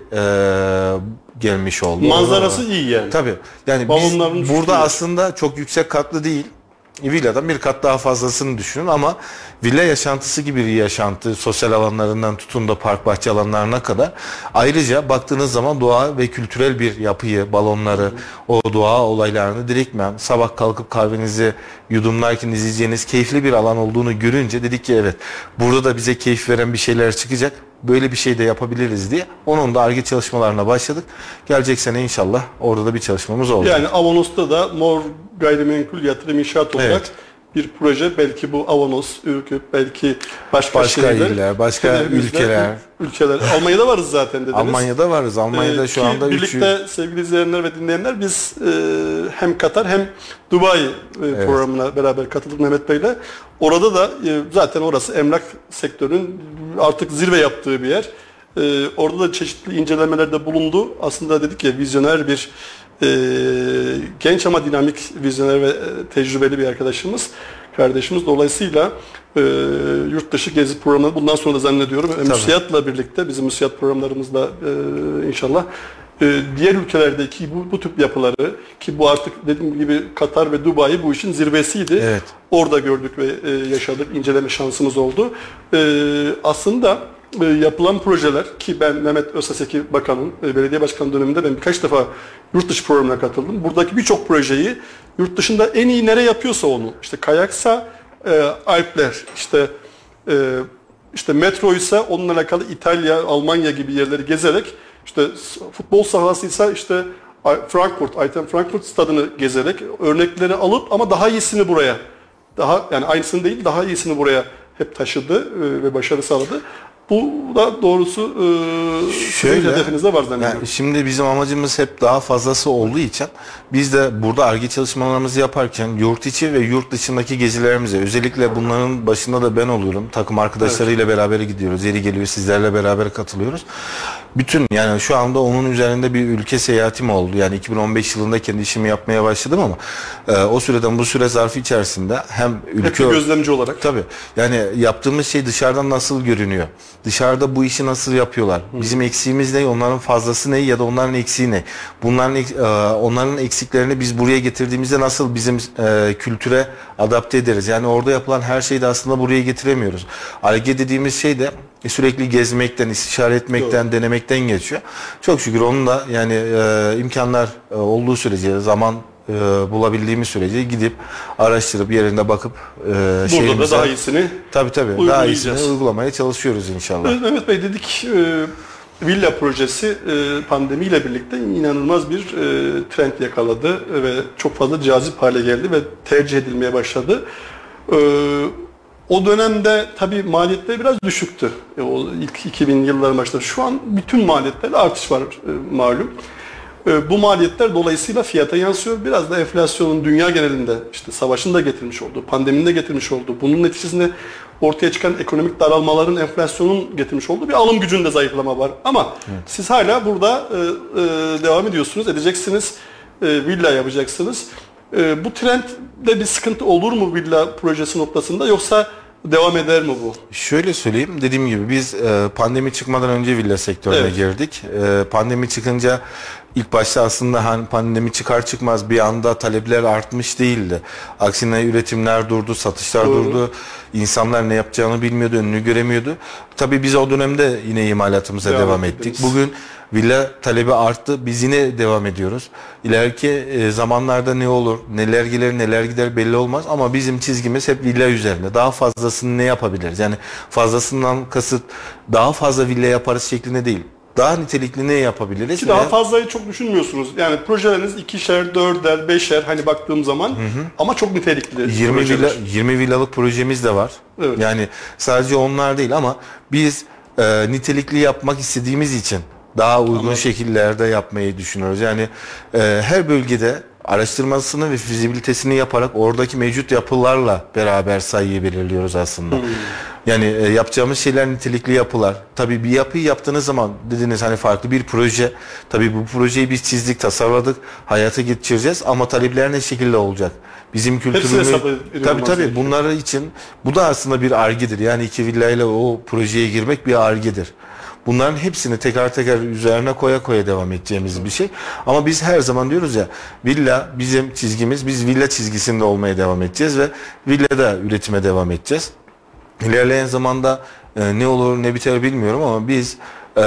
[SPEAKER 3] gelmiş oldu.
[SPEAKER 2] Manzarası iyi yani.
[SPEAKER 3] Tabii. Yani biz burada aslında çok yüksek katlı değil. Villadan bir kat daha fazlasını düşünün ama villa yaşantısı gibi bir yaşantı, sosyal alanlarından tutun da park bahçe alanlarına kadar. Ayrıca baktığınız zaman doğa ve kültürel bir yapıyı, balonları, o doğa olaylarını direktmen sabah kalkıp kahvenizi yudumlarken izleyeceğiniz keyifli bir alan olduğunu görünce dedik ki evet, burada da bize keyif veren bir şeyler çıkacak. Böyle bir şey de yapabiliriz diye onun da Ar-Ge çalışmalarına başladık. Gelecek sene inşallah orada da bir çalışmamız olacak.
[SPEAKER 2] Yani Avanos'ta da Mor Gayrimenkul Yatırım İnşaat olarak bir proje, belki bu Avanos, Ürküp, belki başka şehirler,
[SPEAKER 3] iller, başka ülkeler.
[SPEAKER 2] Almanya'da varız zaten dediniz.
[SPEAKER 3] Almanya'da varız. Almanya'da şu anda
[SPEAKER 2] birlikte sevgili izleyenler ve dinleyenler biz hem Katar hem Dubai programına beraber katıldık Mehmet Bey'le. Orada da zaten orası emlak sektörünün artık zirve yaptığı bir yer. Orada da çeşitli incelemelerde bulundu. Aslında dedik ya, vizyoner bir genç ama dinamik, vizyoner ve tecrübeli bir kardeşimiz. Dolayısıyla yurt dışı gezi programları bundan sonra da zannediyorum MÜSİAD'la birlikte, bizim MÜSİAD programlarımızda inşallah Diğer ülkelerdeki bu tip yapıları, ki bu artık dediğim gibi Katar ve Dubai bu işin zirvesiydi.
[SPEAKER 3] Evet.
[SPEAKER 2] Orada gördük ve yaşadık, inceleme şansımız oldu. Aslında yapılan projeler, ki ben Mehmet Özseseki Bakan'ın belediye başkanı döneminde ben birkaç defa yurt dışı programına katıldım. Buradaki birçok projeyi yurt dışında en iyi nereye yapıyorsa onu, işte kayaksa Alpler, işte metroysa onunla alakalı İtalya, Almanya gibi yerleri gezerek, işte futbol sahasıysa işte Eintracht Frankfurt stadını gezerek örnekleri alıp ama daha iyisini buraya, yani aynısını değil daha iyisini buraya hep taşıdı ve başarı sağladı. Bu da doğrusu sizin hedefinizde var zannediyorum.
[SPEAKER 3] Yani şimdi bizim amacımız hep daha fazlası olduğu için biz de burada Ar-Ge çalışmalarımızı yaparken yurt içi ve yurt dışındaki gezilerimize, özellikle bunların başında da ben oluyorum. Takım arkadaşlarıyla beraber gidiyoruz. Yeri geliyor sizlerle beraber katılıyoruz. Bütün, yani şu anda onun üzerinde bir ülke seyahatim oldu. Yani 2015 yılında kendi işimi yapmaya başladım ama o süreden bu süre zarfı içerisinde hem ülke...
[SPEAKER 2] Hep gözlemci olarak.
[SPEAKER 3] Tabii. Yani yaptığımız şey dışarıdan nasıl görünüyor? Dışarıda bu işi nasıl yapıyorlar? Bizim eksiğimiz ne? Onların fazlası ne? Ya da onların eksiği ne? Onların eksiklerini biz buraya getirdiğimizde nasıl bizim kültüre adapte ederiz? Yani orada yapılan her şeyi de aslında buraya getiremiyoruz. Ar-Ge dediğimiz şey de sürekli gezmekten, istişare etmekten, denemekten geçiyor. Çok şükür onun da yani imkanlar olduğu sürece, zaman bulabildiğimiz sürece gidip araştırıp yerinde bakıp
[SPEAKER 2] burada da daha iyisini
[SPEAKER 3] daha iyisini uygulamaya çalışıyoruz inşallah.
[SPEAKER 2] Mehmet Bey, dedik villa projesi pandemiyle birlikte inanılmaz bir trend yakaladı ve çok fazla cazip hale geldi ve tercih edilmeye başladı. O dönemde tabii maliyetler biraz düşüktü. O ilk 2000 yılların başında. Şu an bütün maliyetlerde artış var malum. Bu maliyetler dolayısıyla fiyata yansıyor. Biraz da enflasyonun dünya genelinde, işte savaşın da getirmiş olduğu, pandeminin de getirmiş olduğu, bunun neticesinde ortaya çıkan ekonomik daralmaların, enflasyonun getirmiş olduğu bir alım gücünde zayıflama var. Ama siz hala burada devam ediyorsunuz, edeceksiniz, villa yapacaksınız. Bu trendde bir sıkıntı olur mu villa projesi noktasında, yoksa devam eder mi bu?
[SPEAKER 3] Şöyle söyleyeyim, dediğim gibi biz pandemi çıkmadan önce villa sektörüne girdik. Pandemi çıkınca ilk başta aslında hani pandemi çıkar çıkmaz bir anda talepler artmış değildi. Aksine üretimler durdu, satışlar durdu. İnsanlar ne yapacağını bilmiyordu, önünü göremiyordu. Tabii biz o dönemde yine imalatımıza devam ettik. Bugün villa talebi arttı. Biz yine devam ediyoruz. İleriki zamanlarda ne olur, neler gelir, neler gider belli olmaz. Ama bizim çizgimiz hep villa üzerinde. Daha fazlasını ne yapabiliriz? Yani fazlasından kasıt daha fazla villa yaparız şeklinde değil. Daha nitelikli ne yapabiliriz?
[SPEAKER 2] Ki daha fazlayı çok düşünmüyorsunuz. Yani projeleriniz 2'şer, 4'er, 5'er hani baktığım zaman ama çok nitelikli.
[SPEAKER 3] 20 villalık projemiz de var. Evet. Yani sadece onlar değil ama biz nitelikli yapmak istediğimiz için daha uygun şekillerde yapmayı düşünüyoruz. Yani her bölgede araştırmasını ve fizibilitesini yaparak oradaki mevcut yapılarla beraber sayıyı belirliyoruz aslında. Yani yapacağımız şeyler nitelikli yapılar. Tabii bir yapıyı yaptığınız zaman dediniz hani farklı bir proje. Tabii bu projeyi biz çizdik, tasarladık, hayata geçireceğiz ama talepler ne şekilde olacak? Bizim kültürümüz tabii bunlar için bu da aslında bir Ar-Ge'dir. Yani iki villayla o projeye girmek bir Ar-Ge'dir. Bunların hepsini teker teker üzerine koya koya devam edeceğimiz bir şey. Ama biz her zaman diyoruz ya, villa bizim çizgimiz, biz villa çizgisinde olmaya devam edeceğiz ve villada üretime devam edeceğiz. İlerleyen zamanda ne olur ne biter bilmiyorum ama biz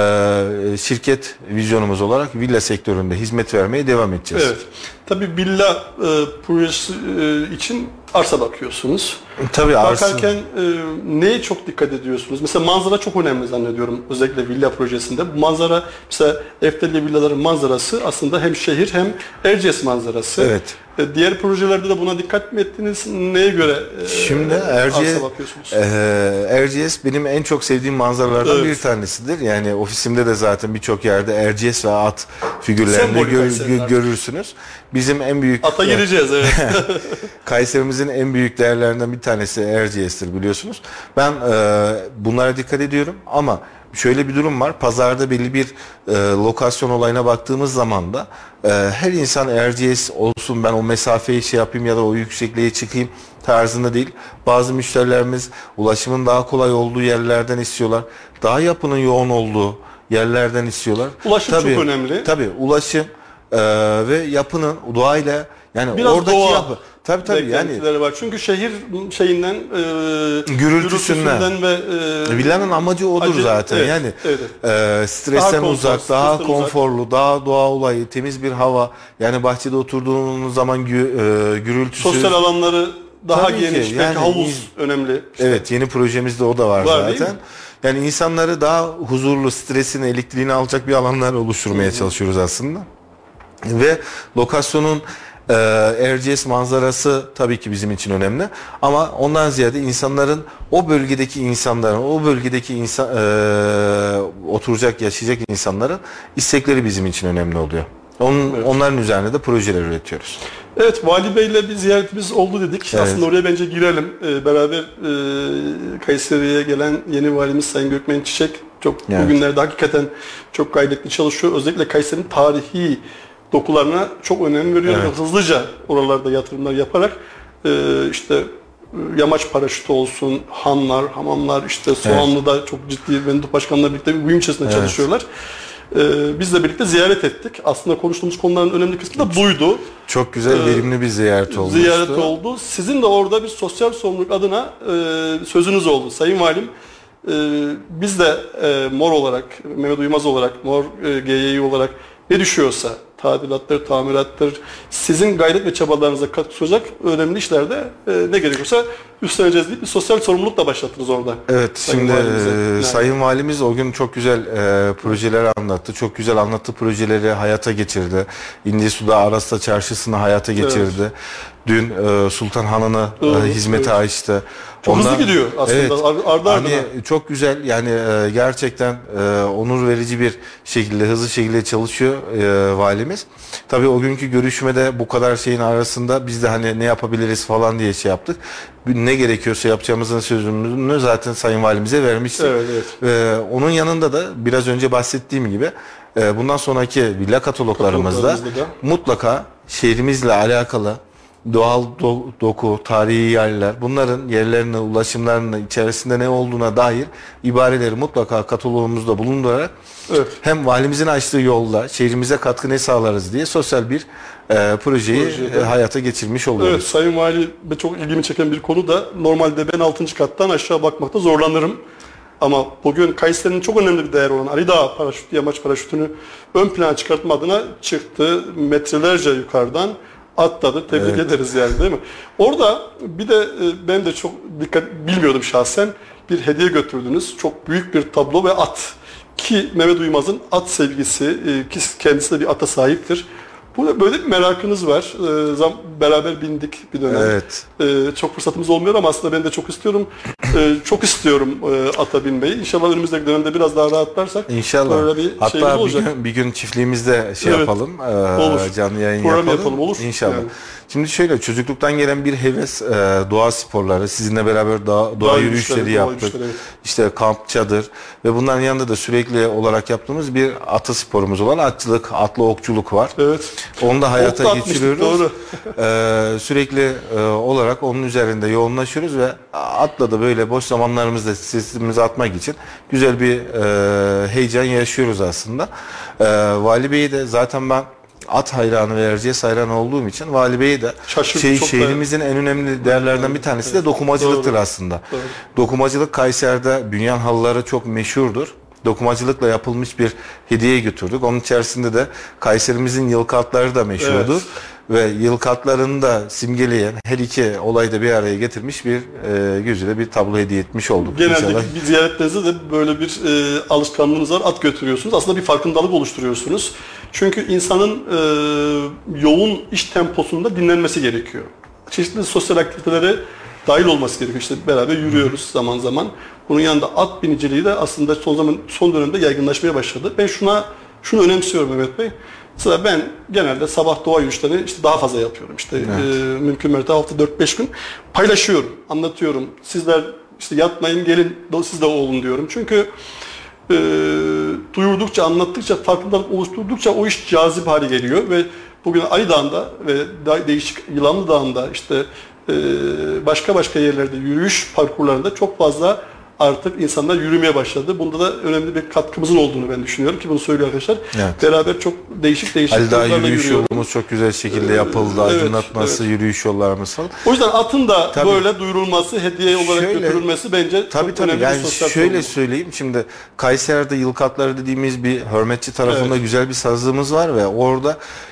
[SPEAKER 3] şirket vizyonumuz olarak villa sektöründe hizmet vermeye devam edeceğiz.
[SPEAKER 2] Evet. Tabii villa projesi için arsa bakıyorsunuz.
[SPEAKER 3] Tabii
[SPEAKER 2] bakarken neye çok dikkat ediyorsunuz? Mesela manzara çok önemli zannediyorum özellikle villa projesinde. Bu manzara, mesela Eftelli villaların manzarası aslında hem şehir hem Erciyes manzarası.
[SPEAKER 3] Evet.
[SPEAKER 2] Diğer projelerde de buna dikkat mi ettiniz? Neye göre
[SPEAKER 3] şimdi
[SPEAKER 2] arsa bakıyorsunuz?
[SPEAKER 3] Erciyes benim en çok sevdiğim manzaralardan bir tanesidir. Yani ofisimde de zaten birçok yerde Erciyes ve at figürlerini görürsünüz. Bizim en büyük...
[SPEAKER 2] Ata gireceğiz, evet.
[SPEAKER 3] Kayserimizin en büyük değerlerinden bir tanesi Erciyes'tir biliyorsunuz. Ben bunlara dikkat ediyorum ama şöyle bir durum var. Pazarda belli bir lokasyon olayına baktığımız zaman da her insan Erciyes olsun, ben o mesafeyi şey yapayım ya da o yüksekliğe çıkayım tarzında değil. Bazı müşterilerimiz ulaşımın daha kolay olduğu yerlerden istiyorlar. Daha yapının yoğun olduğu, yerlerden istiyorlar.
[SPEAKER 2] Ulaşım çok önemli.
[SPEAKER 3] Tabii ulaşım ve yapının doğayla yani
[SPEAKER 2] biraz
[SPEAKER 3] oradaki
[SPEAKER 2] doğa
[SPEAKER 3] yapı. Tabii yani
[SPEAKER 2] var. Çünkü şehir şeyinden
[SPEAKER 3] gürültüsünden
[SPEAKER 2] ve
[SPEAKER 3] villanın amacı odur zaten.
[SPEAKER 2] Evet,
[SPEAKER 3] yani
[SPEAKER 2] evet.
[SPEAKER 3] stresten
[SPEAKER 2] Daha
[SPEAKER 3] uzak, daha konforlu, daha doğa olayı, temiz bir hava. Yani bahçede oturduğunuz zaman gürültüsüz.
[SPEAKER 2] Sosyal alanları daha
[SPEAKER 3] Tabii
[SPEAKER 2] geniş.
[SPEAKER 3] ki,
[SPEAKER 2] Belki
[SPEAKER 3] yani
[SPEAKER 2] havuz önemli.
[SPEAKER 3] Evet, yeni projemizde o da var zaten. Yani insanları daha huzurlu, stresini, elektriğini alacak bir alanlar oluşturmaya çalışıyoruz aslında. Ve lokasyonun Erciyes manzarası tabii ki bizim için önemli. Ama ondan ziyade insanların, o bölgedeki insanların, o bölgedeki oturacak, yaşayacak insanların istekleri bizim için önemli oluyor. Onların üzerine de projeler üretiyoruz.
[SPEAKER 2] Evet, Vali Bey'le bir ziyaretimiz oldu dedik. Evet. Aslında oraya bence girelim. Beraber Kayseri'ye gelen yeni valimiz Sayın Gökmen Çiçek çok bugünlerde hakikaten çok gayretli çalışıyor. Özellikle Kayseri'nin tarihi dokularına çok önem veriyor ve hızlıca oralarda yatırımlar yaparak işte yamaç paraşütü olsun, hanlar, hamamlar, işte Soğanlı'da çok ciddi Mendup Başkan'la birlikte bir uyum içerisinde çalışıyorlar. Bizle birlikte ziyaret ettik. Aslında konuştuğumuz konuların önemli kısmı da buydu.
[SPEAKER 3] Çok güzel, verimli bir ziyaret olmuştu.
[SPEAKER 2] Ziyaret oldu. Sizin de orada bir sosyal sorumluluk adına sözünüz oldu. Sayın Valim, biz de MOR olarak, Mehmet Uymaz olarak, MOR GYİ olarak ne düşüyorsa, tadilattır, tamirattır, sizin gayret ve çabalarınıza katkı sunacak önemli işlerde ne gerekiyorsa üstleneceğiz deyip bir sosyal sorumluluk da başlattınız orada.
[SPEAKER 3] Evet, şimdi Sayın Valimiz o gün çok güzel projeler anlattı. Çok güzel anlattığı projeleri hayata geçirdi. İncesu'da Aras'ta çarşısını hayata geçirdi. Evet. Dün Sultan Hanı'nı hizmete açtı.
[SPEAKER 2] Çok hızlı gidiyor aslında.
[SPEAKER 3] Evet,
[SPEAKER 2] ardı
[SPEAKER 3] hani çok güzel, yani gerçekten onur verici bir şekilde, hızlı şekilde çalışıyor valimiz. Tabii o günkü görüşmede bu kadar şeyin arasında biz de hani ne yapabiliriz falan diye şey yaptık. Ne gerekiyorsa yapacağımızın sözünü zaten Sayın Valimize vermiştik. Evet. Onun yanında da biraz önce bahsettiğim gibi bundan sonraki villa kataloglarımızda mutlaka şehrimizle alakalı doğal doku, tarihi yerler, bunların yerlerine, ulaşımlarına, içerisinde ne olduğuna dair ibareleri mutlaka katalogumuzda bulundurarak hem valimizin açtığı yolda şehrimize katkı ne sağlarız diye sosyal bir projeyi hayata geçirmiş oluyoruz.
[SPEAKER 2] Evet, Sayın Vali çok ilgimi çeken bir konu da normalde ben 6. kattan aşağı bakmakta zorlanırım. Ama bugün Kayseri'nin çok önemli bir değeri olan Ali Dağı paraşütü, yamaç paraşütünü ön plana çıkartma adına çıktı. Metrelerce yukarıdan atladı. Tebrik ederiz yani, değil mi? Orada bir de ben de çok bilmiyordum şahsen, bir hediye götürdünüz. Çok büyük bir tablo ve at. Ki Mehmet Uymaz'ın at sevgisi, ki kendisi de bir ata sahiptir. Burada böyle bir merakınız var. Beraber bindik bir dönem.
[SPEAKER 3] Evet.
[SPEAKER 2] Çok fırsatımız olmuyor ama aslında ben de çok istiyorum. Çok istiyorum ata binmeyi. İnşallah önümüzdeki dönemde biraz daha rahatlarsak.
[SPEAKER 3] İnşallah.
[SPEAKER 2] Böyle bir
[SPEAKER 3] hatta
[SPEAKER 2] olacak.
[SPEAKER 3] bir gün çiftliğimizde yapalım.
[SPEAKER 2] Olur.
[SPEAKER 3] Canlı yayın
[SPEAKER 2] program
[SPEAKER 3] yapalım.
[SPEAKER 2] Olur.
[SPEAKER 3] İnşallah. Yani. Şimdi şöyle, çocukluktan gelen bir heves, doğa sporları, sizinle beraber doğa yürüyüşleri yaptık. İşte kamp, çadır ve bunların yanında da sürekli olarak yaptığımız bir atı sporumuz olan atçılık, atlı okçuluk var.
[SPEAKER 2] Evet.
[SPEAKER 3] Onu da hayata geçiriyoruz. Doğru. Sürekli olarak onun üzerinde yoğunlaşıyoruz ve atla da böyle boş zamanlarımızda stresimizi atmak için güzel bir heyecan yaşıyoruz aslında. Vali Bey'i de zaten ben at hayranı ve Erciyes hayranı olduğum için Vali Bey'i de şehrimizin en önemli değerlerinden bir tanesi de dokumacılıktır aslında. Doğru. Dokumacılık Kayseri'de Bünyan halıları çok meşhurdur. Dokumacılıkla yapılmış bir hediye götürdük. Onun içerisinde de Kayserimizin yılkı atları da meşhurdur. Ve yılkı atlarını da simgeleyen her iki olayı da bir araya getirmiş bir güzide bir tablo hediye etmiş olduk.
[SPEAKER 2] Genelde bir ziyaretlerinizde de böyle bir alışkanlığınız var. At götürüyorsunuz. Aslında bir farkındalık oluşturuyorsunuz. Çünkü insanın yoğun iş temposunda dinlenmesi gerekiyor. Çeşitli sosyal aktivitelere dahil olması gerekiyor. İşte beraber yürüyoruz zaman zaman. Bunun yanında at biniciliği de aslında son dönemde yaygınlaşmaya başladı. Ben şunu önemsiyorum Mehmet Bey. Mesela ben genelde sabah doğa yürüyüşlerini işte daha fazla yapıyorum. İşte mümkün mertebe hafta 4-5 gün paylaşıyorum, anlatıyorum. Sizler işte yatmayın, gelin siz de olun diyorum. Çünkü duyurdukça, anlattıkça, farkındalık oluşturdukça o iş cazip hale geliyor ve bugün Ali Dağı'nda ve değişik Yılanlı Dağı'nda işte başka yerlerde yürüyüş parkurlarında çok fazla artık insanlar yürümeye başladı. Bunda da önemli bir katkımızın olduğunu ben düşünüyorum ki bunu söylüyor arkadaşlar.
[SPEAKER 3] Evet.
[SPEAKER 2] Beraber çok değişik
[SPEAKER 3] Ali Dağı
[SPEAKER 2] yollarla
[SPEAKER 3] yürüyüş
[SPEAKER 2] yürüyoruz.
[SPEAKER 3] yolumuz çok güzel şekilde yapıldı.
[SPEAKER 2] Evet,
[SPEAKER 3] Aydınlatması,
[SPEAKER 2] evet.
[SPEAKER 3] yürüyüş yollarımız falan.
[SPEAKER 2] O yüzden atın da
[SPEAKER 3] Tabii.
[SPEAKER 2] böyle duyurulması, hediye olarak
[SPEAKER 3] Şöyle,
[SPEAKER 2] götürülmesi bence
[SPEAKER 3] Tabii
[SPEAKER 2] çok önemli
[SPEAKER 3] yani
[SPEAKER 2] bir sosyal
[SPEAKER 3] şöyle
[SPEAKER 2] sorumluluk.
[SPEAKER 3] söyleyeyim, şimdi Kayseri'de Yılkatları dediğimiz bir hürmetçi tarafında
[SPEAKER 2] Evet.
[SPEAKER 3] güzel bir sazlığımız var ve orada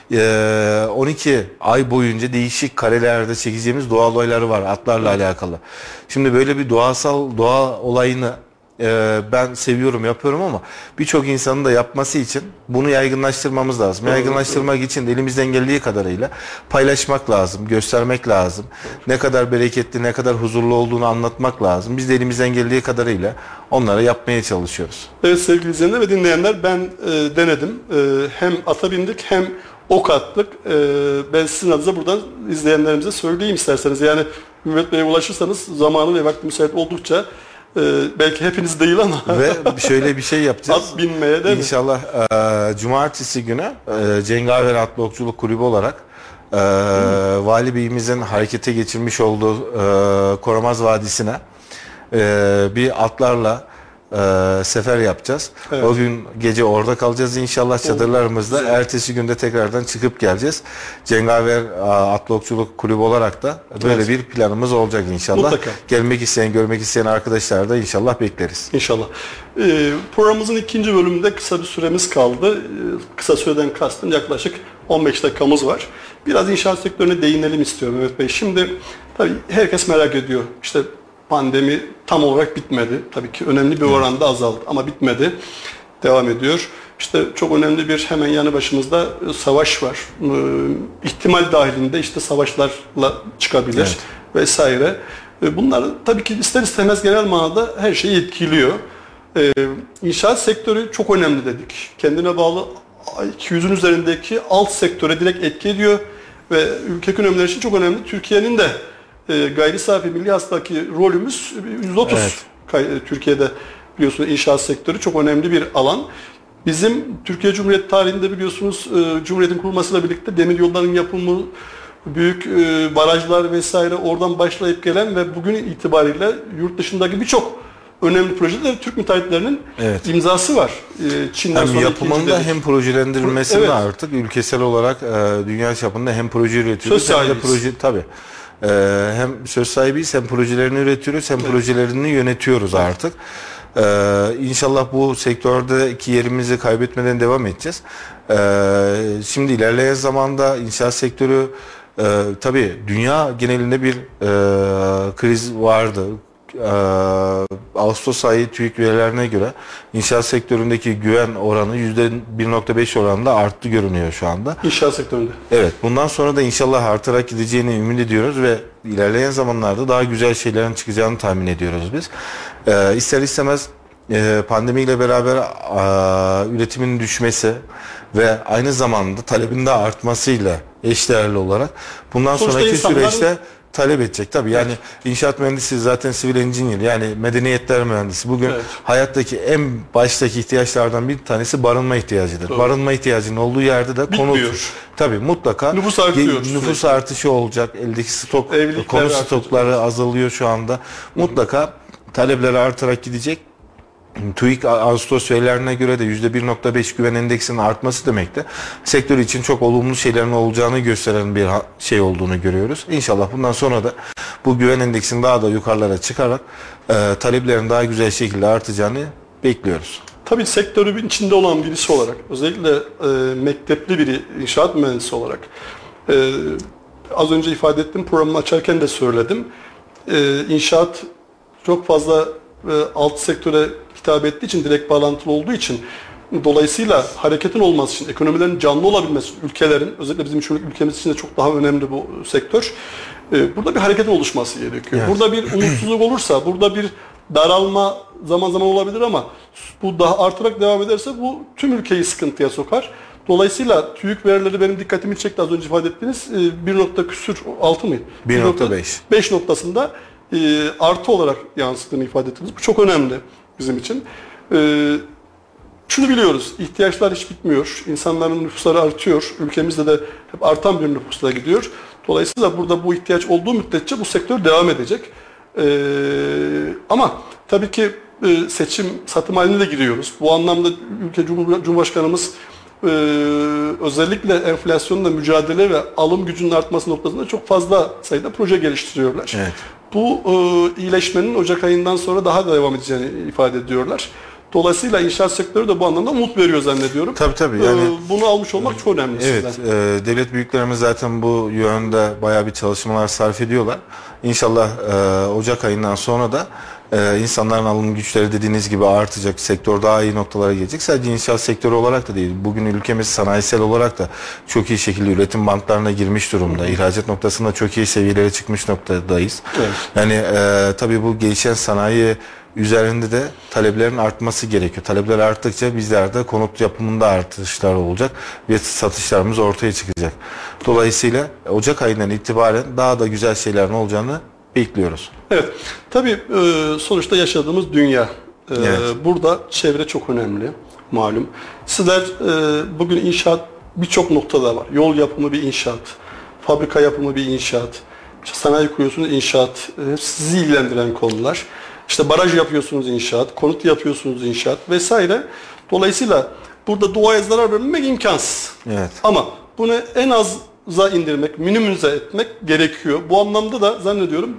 [SPEAKER 3] 12 ay boyunca değişik karelerde çekeceğimiz doğa olayları var atlarla alakalı. Şimdi böyle bir doğa olayını ben seviyorum, yapıyorum ama birçok insanın da yapması için bunu yaygınlaştırmamız lazım. Yaygınlaştırmak için de elimizden geldiği kadarıyla paylaşmak lazım, göstermek lazım. Ne kadar bereketli, ne kadar huzurlu olduğunu anlatmak lazım. Biz de elimizden geldiği kadarıyla onlara yapmaya çalışıyoruz.
[SPEAKER 2] Evet sevgili izleyenler ve dinleyenler, ben denedim. Hem ata bindik hem ok attık. Ben sizin adınıza buradan izleyenlerimize söyleyeyim isterseniz. Yani Mehmet Bey'e ulaşırsanız zamanı ve vakti müsait oldukça belki hepiniz değil ama
[SPEAKER 3] Ve şöyle bir şey yapacağız.
[SPEAKER 2] at binmeye değil mi?
[SPEAKER 3] İnşallah cumartesi günü Cengaver Atlı Okçuluk Kulübü olarak Vali Bey'imizin harekete geçirmiş olduğu Koramaz Vadisi'ne bir atlarla sefer yapacağız.
[SPEAKER 2] Evet.
[SPEAKER 3] O gün gece orada kalacağız inşallah çadırlarımızda.
[SPEAKER 2] Güzel.
[SPEAKER 3] Ertesi günde tekrardan çıkıp geleceğiz. Cengaver Atlı Okçuluk Kulübü olarak da böyle
[SPEAKER 2] Evet.
[SPEAKER 3] bir planımız olacak inşallah.
[SPEAKER 2] Mutlaka.
[SPEAKER 3] Gelmek isteyen, görmek isteyen arkadaşlar da inşallah bekleriz.
[SPEAKER 2] İnşallah. Programımızın ikinci bölümünde kısa bir süremiz kaldı. Kısa süreden kastım yaklaşık 15 dakikamız var. Biraz inşaat sektörüne değinelim istiyorum Mehmet Bey. Şimdi tabii herkes merak ediyor. İşte pandemi tam olarak bitmedi. Tabii ki önemli bir oranda azaldı ama bitmedi. Devam ediyor. İşte çok önemli bir hemen yanı başımızda savaş var. İhtimal dahilinde işte savaşlarla çıkabilir
[SPEAKER 3] Evet.
[SPEAKER 2] vesaire. Bunlar tabii ki ister istemez genel manada her şeyi etkiliyor. İnşaat sektörü çok önemli dedik. Kendine bağlı 200'ün üzerindeki alt sektöre direkt etki ediyor ve ülke ekonomileri için çok önemli. Türkiye'nin de gayri safi milli hasıladaki rolümüz %30.
[SPEAKER 3] Evet.
[SPEAKER 2] Türkiye'de biliyorsunuz inşaat sektörü çok önemli bir alan. Bizim Türkiye Cumhuriyeti tarihinde biliyorsunuz Cumhuriyet'in kurulmasıyla birlikte demir yollarının yapımı, büyük barajlar vesaire oradan başlayıp gelen ve bugün itibariyle yurt dışındaki birçok önemli projede Türk müteahhitlerinin
[SPEAKER 3] Evet.
[SPEAKER 2] imzası var. Çin'den
[SPEAKER 3] Hem
[SPEAKER 2] sonra
[SPEAKER 3] yapımında
[SPEAKER 2] ikinci
[SPEAKER 3] hem projelendirilmesinde
[SPEAKER 2] Evet.
[SPEAKER 3] artık ülkesel olarak dünya çapında hem proje üretiyoruz
[SPEAKER 2] Söz
[SPEAKER 3] hem de
[SPEAKER 2] sahibiyiz.
[SPEAKER 3] proje tabii. Hem söz sahibiyiz, hem projelerini üretiyoruz, hem projelerini yönetiyoruz artık. İnşallah bu sektördeki yerimizi kaybetmeden devam edeceğiz. Şimdi ilerleyen zamanda inşaat sektörü tabii dünya genelinde bir kriz vardı. Ağustos ayı TÜİK verilerine göre inşaat sektöründeki güven oranı %1.5 oranında arttı görünüyor şu anda.
[SPEAKER 2] İnşaat sektöründe.
[SPEAKER 3] Evet, bundan sonra da inşallah artarak gideceğini ümit ediyoruz ve ilerleyen zamanlarda daha güzel şeylerin çıkacağını tahmin ediyoruz biz. İster istemez pandemiyle beraber üretimin düşmesi ve aynı zamanda talebin de artmasıyla eşdeğerli olarak bundan
[SPEAKER 2] Sonuçta
[SPEAKER 3] sonraki
[SPEAKER 2] insanlar
[SPEAKER 3] süreçte talep edecek. Tabii yani inşaat mühendisi zaten sivil engineer, yani medeniyetler mühendisi. Bugün
[SPEAKER 2] Evet.
[SPEAKER 3] hayattaki en baştaki ihtiyaçlardan bir tanesi barınma ihtiyacıdır.
[SPEAKER 2] Doğru.
[SPEAKER 3] Barınma ihtiyacının olduğu yerde de konut.
[SPEAKER 2] Bitmiyor.
[SPEAKER 3] Tabii mutlaka
[SPEAKER 2] Nüfus artıyor
[SPEAKER 3] nüfus
[SPEAKER 2] sürekli.
[SPEAKER 3] artışı olacak. Eldeki stok,
[SPEAKER 2] Evlilikler
[SPEAKER 3] konut
[SPEAKER 2] artacak.
[SPEAKER 3] stokları azalıyor şu anda. Mutlaka talepler artarak gidecek. TÜİK Ağustos verilerine göre de %1.5 güven endeksinin artması demek de sektör için çok olumlu şeylerin olacağını gösteren bir şey olduğunu görüyoruz. İnşallah bundan sonra da bu güven endeksinin daha da yukarılara çıkarak taleplerin daha güzel şekilde artacağını bekliyoruz.
[SPEAKER 2] Tabii sektörün içinde olan birisi olarak, özellikle mektepli biri, inşaat mühendisi olarak, az önce ifade ettim, programı açarken de söyledim. İnşaat çok fazla alt sektöre hitap ettiği için, direkt bağlantılı olduğu için, dolayısıyla hareketin olması için, ekonomilerin canlı olabilmesi, ülkelerin, özellikle bizim ülkemiz için de çok daha önemli bu sektör. Burada bir hareketin oluşması gerekiyor.
[SPEAKER 3] Evet.
[SPEAKER 2] Burada bir umutsuzluk olursa, burada bir daralma zaman zaman olabilir ama bu daha artarak devam ederse bu tüm ülkeyi sıkıntıya sokar. Dolayısıyla TÜİK verileri benim dikkatimi çekti, az önce ifade ettiğiniz 1.6 mıydı?
[SPEAKER 3] 1.5.
[SPEAKER 2] 5 noktasında artı olarak yansıttığını ifade ettiniz. Bu çok önemli bizim için. Şunu biliyoruz, ihtiyaçlar hiç bitmiyor. İnsanların nüfusları artıyor. Ülkemizde de hep artan bir nüfusla gidiyor. Dolayısıyla burada bu ihtiyaç olduğu müddetçe bu sektör devam edecek. Ama tabii ki seçim satım haline de giriyoruz. Bu anlamda ülke Cumhurbaşkanımız özellikle enflasyonla mücadele ve alım gücünün artması noktasında çok fazla sayıda proje geliştiriyorlar.
[SPEAKER 3] Evet.
[SPEAKER 2] Bu iyileşmenin Ocak ayından sonra daha da devam edeceğini ifade ediyorlar. Dolayısıyla inşaat sektörü de bu anlamda umut veriyor zannediyorum.
[SPEAKER 3] Tabii. Yani,
[SPEAKER 2] bunu almış olmak çok önemli.
[SPEAKER 3] evet, devlet büyüklerimiz zaten bu yönde bayağı bir çalışmalar sarf ediyorlar. İnşallah Ocak ayından sonra da insanların alım güçleri dediğiniz gibi artacak, sektör daha iyi noktalara gelecek. Sadece inşaat sektörü olarak da değil, bugün ülkemiz sanayisel olarak da çok iyi şekilde üretim bantlarına girmiş durumda. İhracat noktasında çok iyi seviyelere çıkmış noktadayız. Evet. Yani tabii bu gelişen sanayi üzerinde de taleplerin artması gerekiyor. Talepler arttıkça bizlerde konut yapımında artışlar olacak ve satışlarımız ortaya çıkacak. Dolayısıyla Ocak ayından itibaren daha da güzel şeylerin olacağını bekliyoruz.
[SPEAKER 2] Evet. Tabii sonuçta yaşadığımız dünya.
[SPEAKER 3] Evet.
[SPEAKER 2] Burada çevre çok önemli malum. Sizler bugün inşaat birçok noktada var. Yol yapımı bir inşaat, fabrika yapımı bir inşaat, sanayi kuruyorsunuz inşaat, sizi ilgilendiren konular. İşte baraj yapıyorsunuz inşaat, konut yapıyorsunuz inşaat vesaire. Dolayısıyla burada doğaya zarar vermemek imkansız.
[SPEAKER 3] Evet.
[SPEAKER 2] Ama bunu en aza indirmek, minimize etmek gerekiyor. Bu anlamda da zannediyorum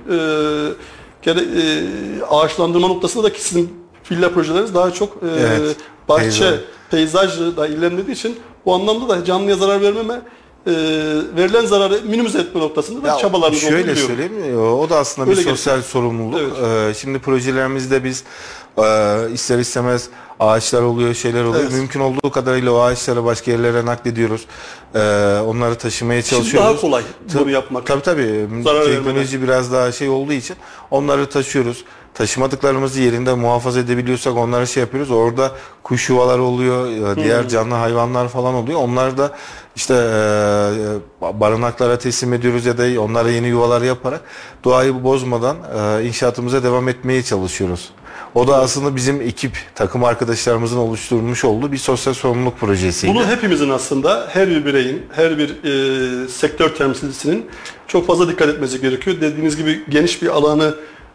[SPEAKER 2] ağaçlandırma noktasında da sizin villa projeleriniz daha çok bahçe, peyzajla da ilgilendiği için bu anlamda da canlıya zarar vermeme, verilen zararı minimize etme noktasında da çabalarınız olduğunu biliyorum.
[SPEAKER 3] Şöyle söyleyeyim, o da aslında bir sosyal sorumluluk. Evet. Şimdi projelerimizde biz ister istemez ağaçlar oluyor, şeyler oluyor. Evet. Mümkün olduğu kadarıyla o ağaçları başka yerlere naklediyoruz. Onları taşımaya çalışıyoruz.
[SPEAKER 2] Şimdi daha kolay bunu yapmak.
[SPEAKER 3] Tabii. Teknoloji biraz daha olduğu için onları taşıyoruz. Taşımadıklarımızı yerinde muhafaza edebiliyorsak onları yapıyoruz. Orada kuş yuvaları oluyor, diğer canlı hayvanlar falan oluyor. Onları da işte barınaklara teslim ediyoruz ya da onlara yeni yuvalar yaparak doğayı bozmadan inşaatımıza devam etmeye çalışıyoruz. O da aslında bizim ekip, takım arkadaşlarımızın oluşturmuş olduğu bir sosyal sorumluluk projesiydi.
[SPEAKER 2] Bunu hepimizin aslında, her bir bireyin, her bir sektör temsilcisinin çok fazla dikkat etmesi gerekiyor. Dediğiniz gibi geniş bir alanı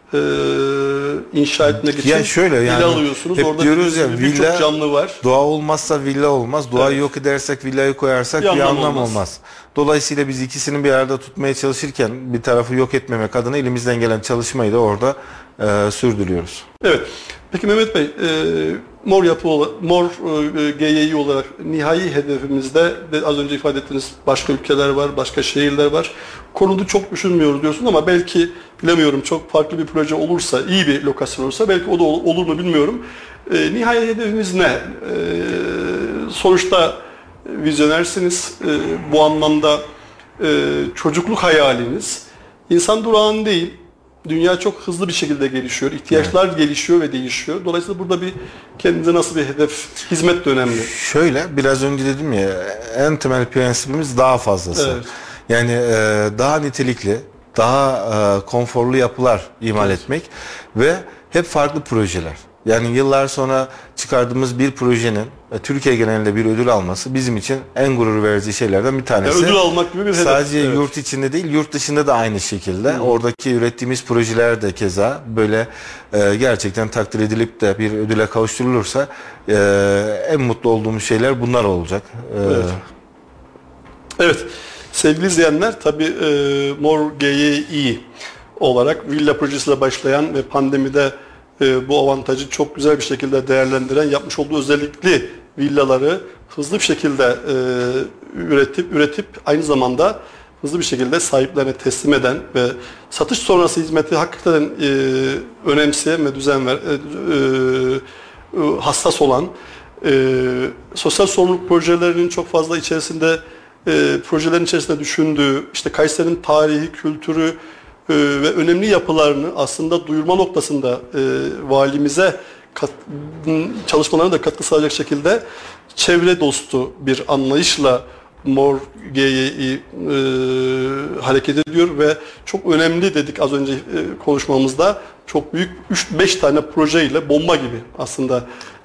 [SPEAKER 2] inşa etmek için villa alıyorsunuz.
[SPEAKER 3] Hep
[SPEAKER 2] orada
[SPEAKER 3] diyoruz ya,
[SPEAKER 2] birçok canlı var.
[SPEAKER 3] Doğa olmazsa villa olmaz. Doğayı yok edersek, villayı koyarsak bir anlam olmaz. Dolayısıyla biz ikisini bir arada tutmaya çalışırken bir tarafı yok etmemek adına elimizden gelen çalışmayı da orada sürdürüyoruz.
[SPEAKER 2] Evet. Peki Mehmet Bey, Mor GYİ olarak nihai hedefimizde de az önce ifade ettiğiniz başka ülkeler var, başka şehirler var. Konuyu çok düşünmüyoruz diyorsun ama belki bilemiyorum, çok farklı bir proje olursa, iyi bir lokasyon olursa belki o da olur mu bilmiyorum. Nihai hedefimiz ne? Sonuçta vizyonersiniz. Bu anlamda çocukluk hayaliniz insan durağan değil. Dünya çok hızlı bir şekilde gelişiyor. İhtiyaçlar gelişiyor ve değişiyor. Dolayısıyla burada kendinize nasıl bir hedef, hizmet de önemli.
[SPEAKER 3] Şöyle, biraz önce dedim ya, en temel prensibimiz daha fazlası. Evet. Yani daha nitelikli, daha konforlu yapılar imal etmek ve hep farklı projeler. Yani yıllar sonra çıkardığımız bir projenin Türkiye genelinde bir ödül alması bizim için en gurur verici şeylerden bir tanesi.
[SPEAKER 2] Yani ödül almak gibi bir hedef.
[SPEAKER 3] Sadece yurt içinde değil, yurt dışında da aynı şekilde. Oradaki ürettiğimiz projeler de keza böyle gerçekten takdir edilip de bir ödüle kavuşturulursa en mutlu olduğumuz şeyler bunlar olacak.
[SPEAKER 2] Evet. Sevgili izleyenler, tabii Mor GYİ olarak villa projesiyle başlayan ve pandemide bu avantajı çok güzel bir şekilde değerlendiren, yapmış olduğu özellikli villaları hızlı bir şekilde üretip aynı zamanda hızlı bir şekilde sahiplerine teslim eden ve satış sonrası hizmeti hakikaten önemseyen ve hassas olan, sosyal sorumluluk projelerinin çok fazla içerisinde projelerin içerisinde düşündüğü, işte Kayseri'nin tarihi, kültürü ve önemli yapılarını aslında duyurma noktasında valimize çalışmalarına da katkı sağlayacak şekilde çevre dostu bir anlayışla Mor GYİ hareket ediyor ve çok önemli dedik az önce konuşmamızda, çok büyük 3-5 tane projeyle bomba gibi aslında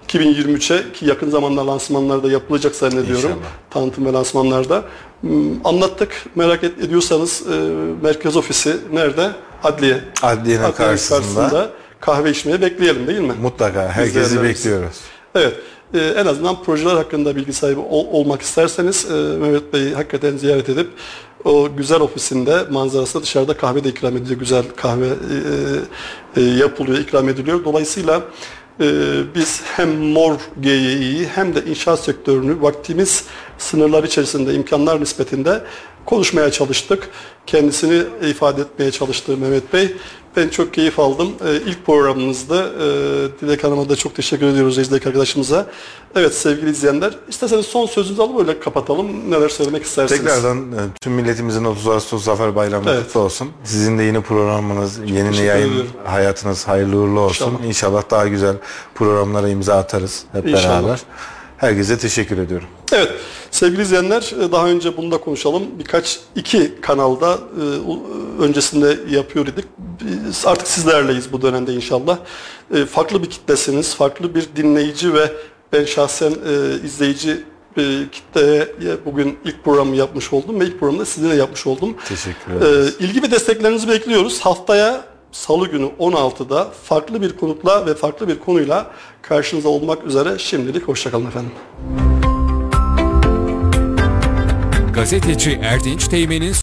[SPEAKER 2] 2023'e ki yakın zamanda lansmanlarda yapılacak zannediyorum.
[SPEAKER 3] İnşallah.
[SPEAKER 2] Tanıtım ve lansmanlarda. Anlattık. Merak ediyorsanız merkez ofisi nerede? Adliye.
[SPEAKER 3] Adliyenin karşısında.
[SPEAKER 2] Kahve içmeye bekleyelim değil mi?
[SPEAKER 3] Mutlaka herkesi
[SPEAKER 2] İzleyenlerimiz.
[SPEAKER 3] bekliyoruz.
[SPEAKER 2] Evet. En azından projeler hakkında bilgi sahibi olmak isterseniz Mehmet Bey'i hakikaten ziyaret edip o güzel ofisinde manzarasında dışarıda kahve de ikram ediliyor. Güzel kahve yapılıyor, ikram ediliyor. Dolayısıyla biz hem Mor GYİ'yi hem de inşaat sektörünü vaktimiz sınırlar içerisinde, imkanlar nispetinde konuşmaya çalıştık. Kendisini ifade etmeye çalıştı Mehmet Bey. Ben çok keyif aldım. İlk programımızda Dilek Hanım'a da çok teşekkür ediyoruz Dilek arkadaşımıza. Evet sevgili izleyenler, isterseniz son sözünüzü alıp öyle kapatalım. Neler söylemek istersiniz?
[SPEAKER 3] Tekrardan tüm milletimizin 30 Ağustos Zafer Bayramı kutlu olsun. Sizin de yeni programınız, yeni yayın hayatınız hayırlı uğurlu olsun. İnşallah daha güzel programlara imza atarız hep beraber. Herkese teşekkür ediyorum.
[SPEAKER 2] Evet sevgili izleyenler, daha önce bunu da konuşalım. İki kanalda öncesinde yapıyor idik. Biz artık sizlerleyiz bu dönemde inşallah. Farklı bir kitlesiniz, farklı bir dinleyici ve ben şahsen izleyici kitleye bugün ilk programı yapmış oldum ve ilk programda sizinle yapmış oldum.
[SPEAKER 3] Teşekkür ederiz.
[SPEAKER 2] İlgi ve desteklerinizi bekliyoruz. Haftaya Salı günü 16'da farklı bir konukla ve farklı bir konuyla karşınızda olmak üzere. Şimdilik hoşçakalın efendim.
[SPEAKER 1] Gazeteci Erdinç Teğmen'in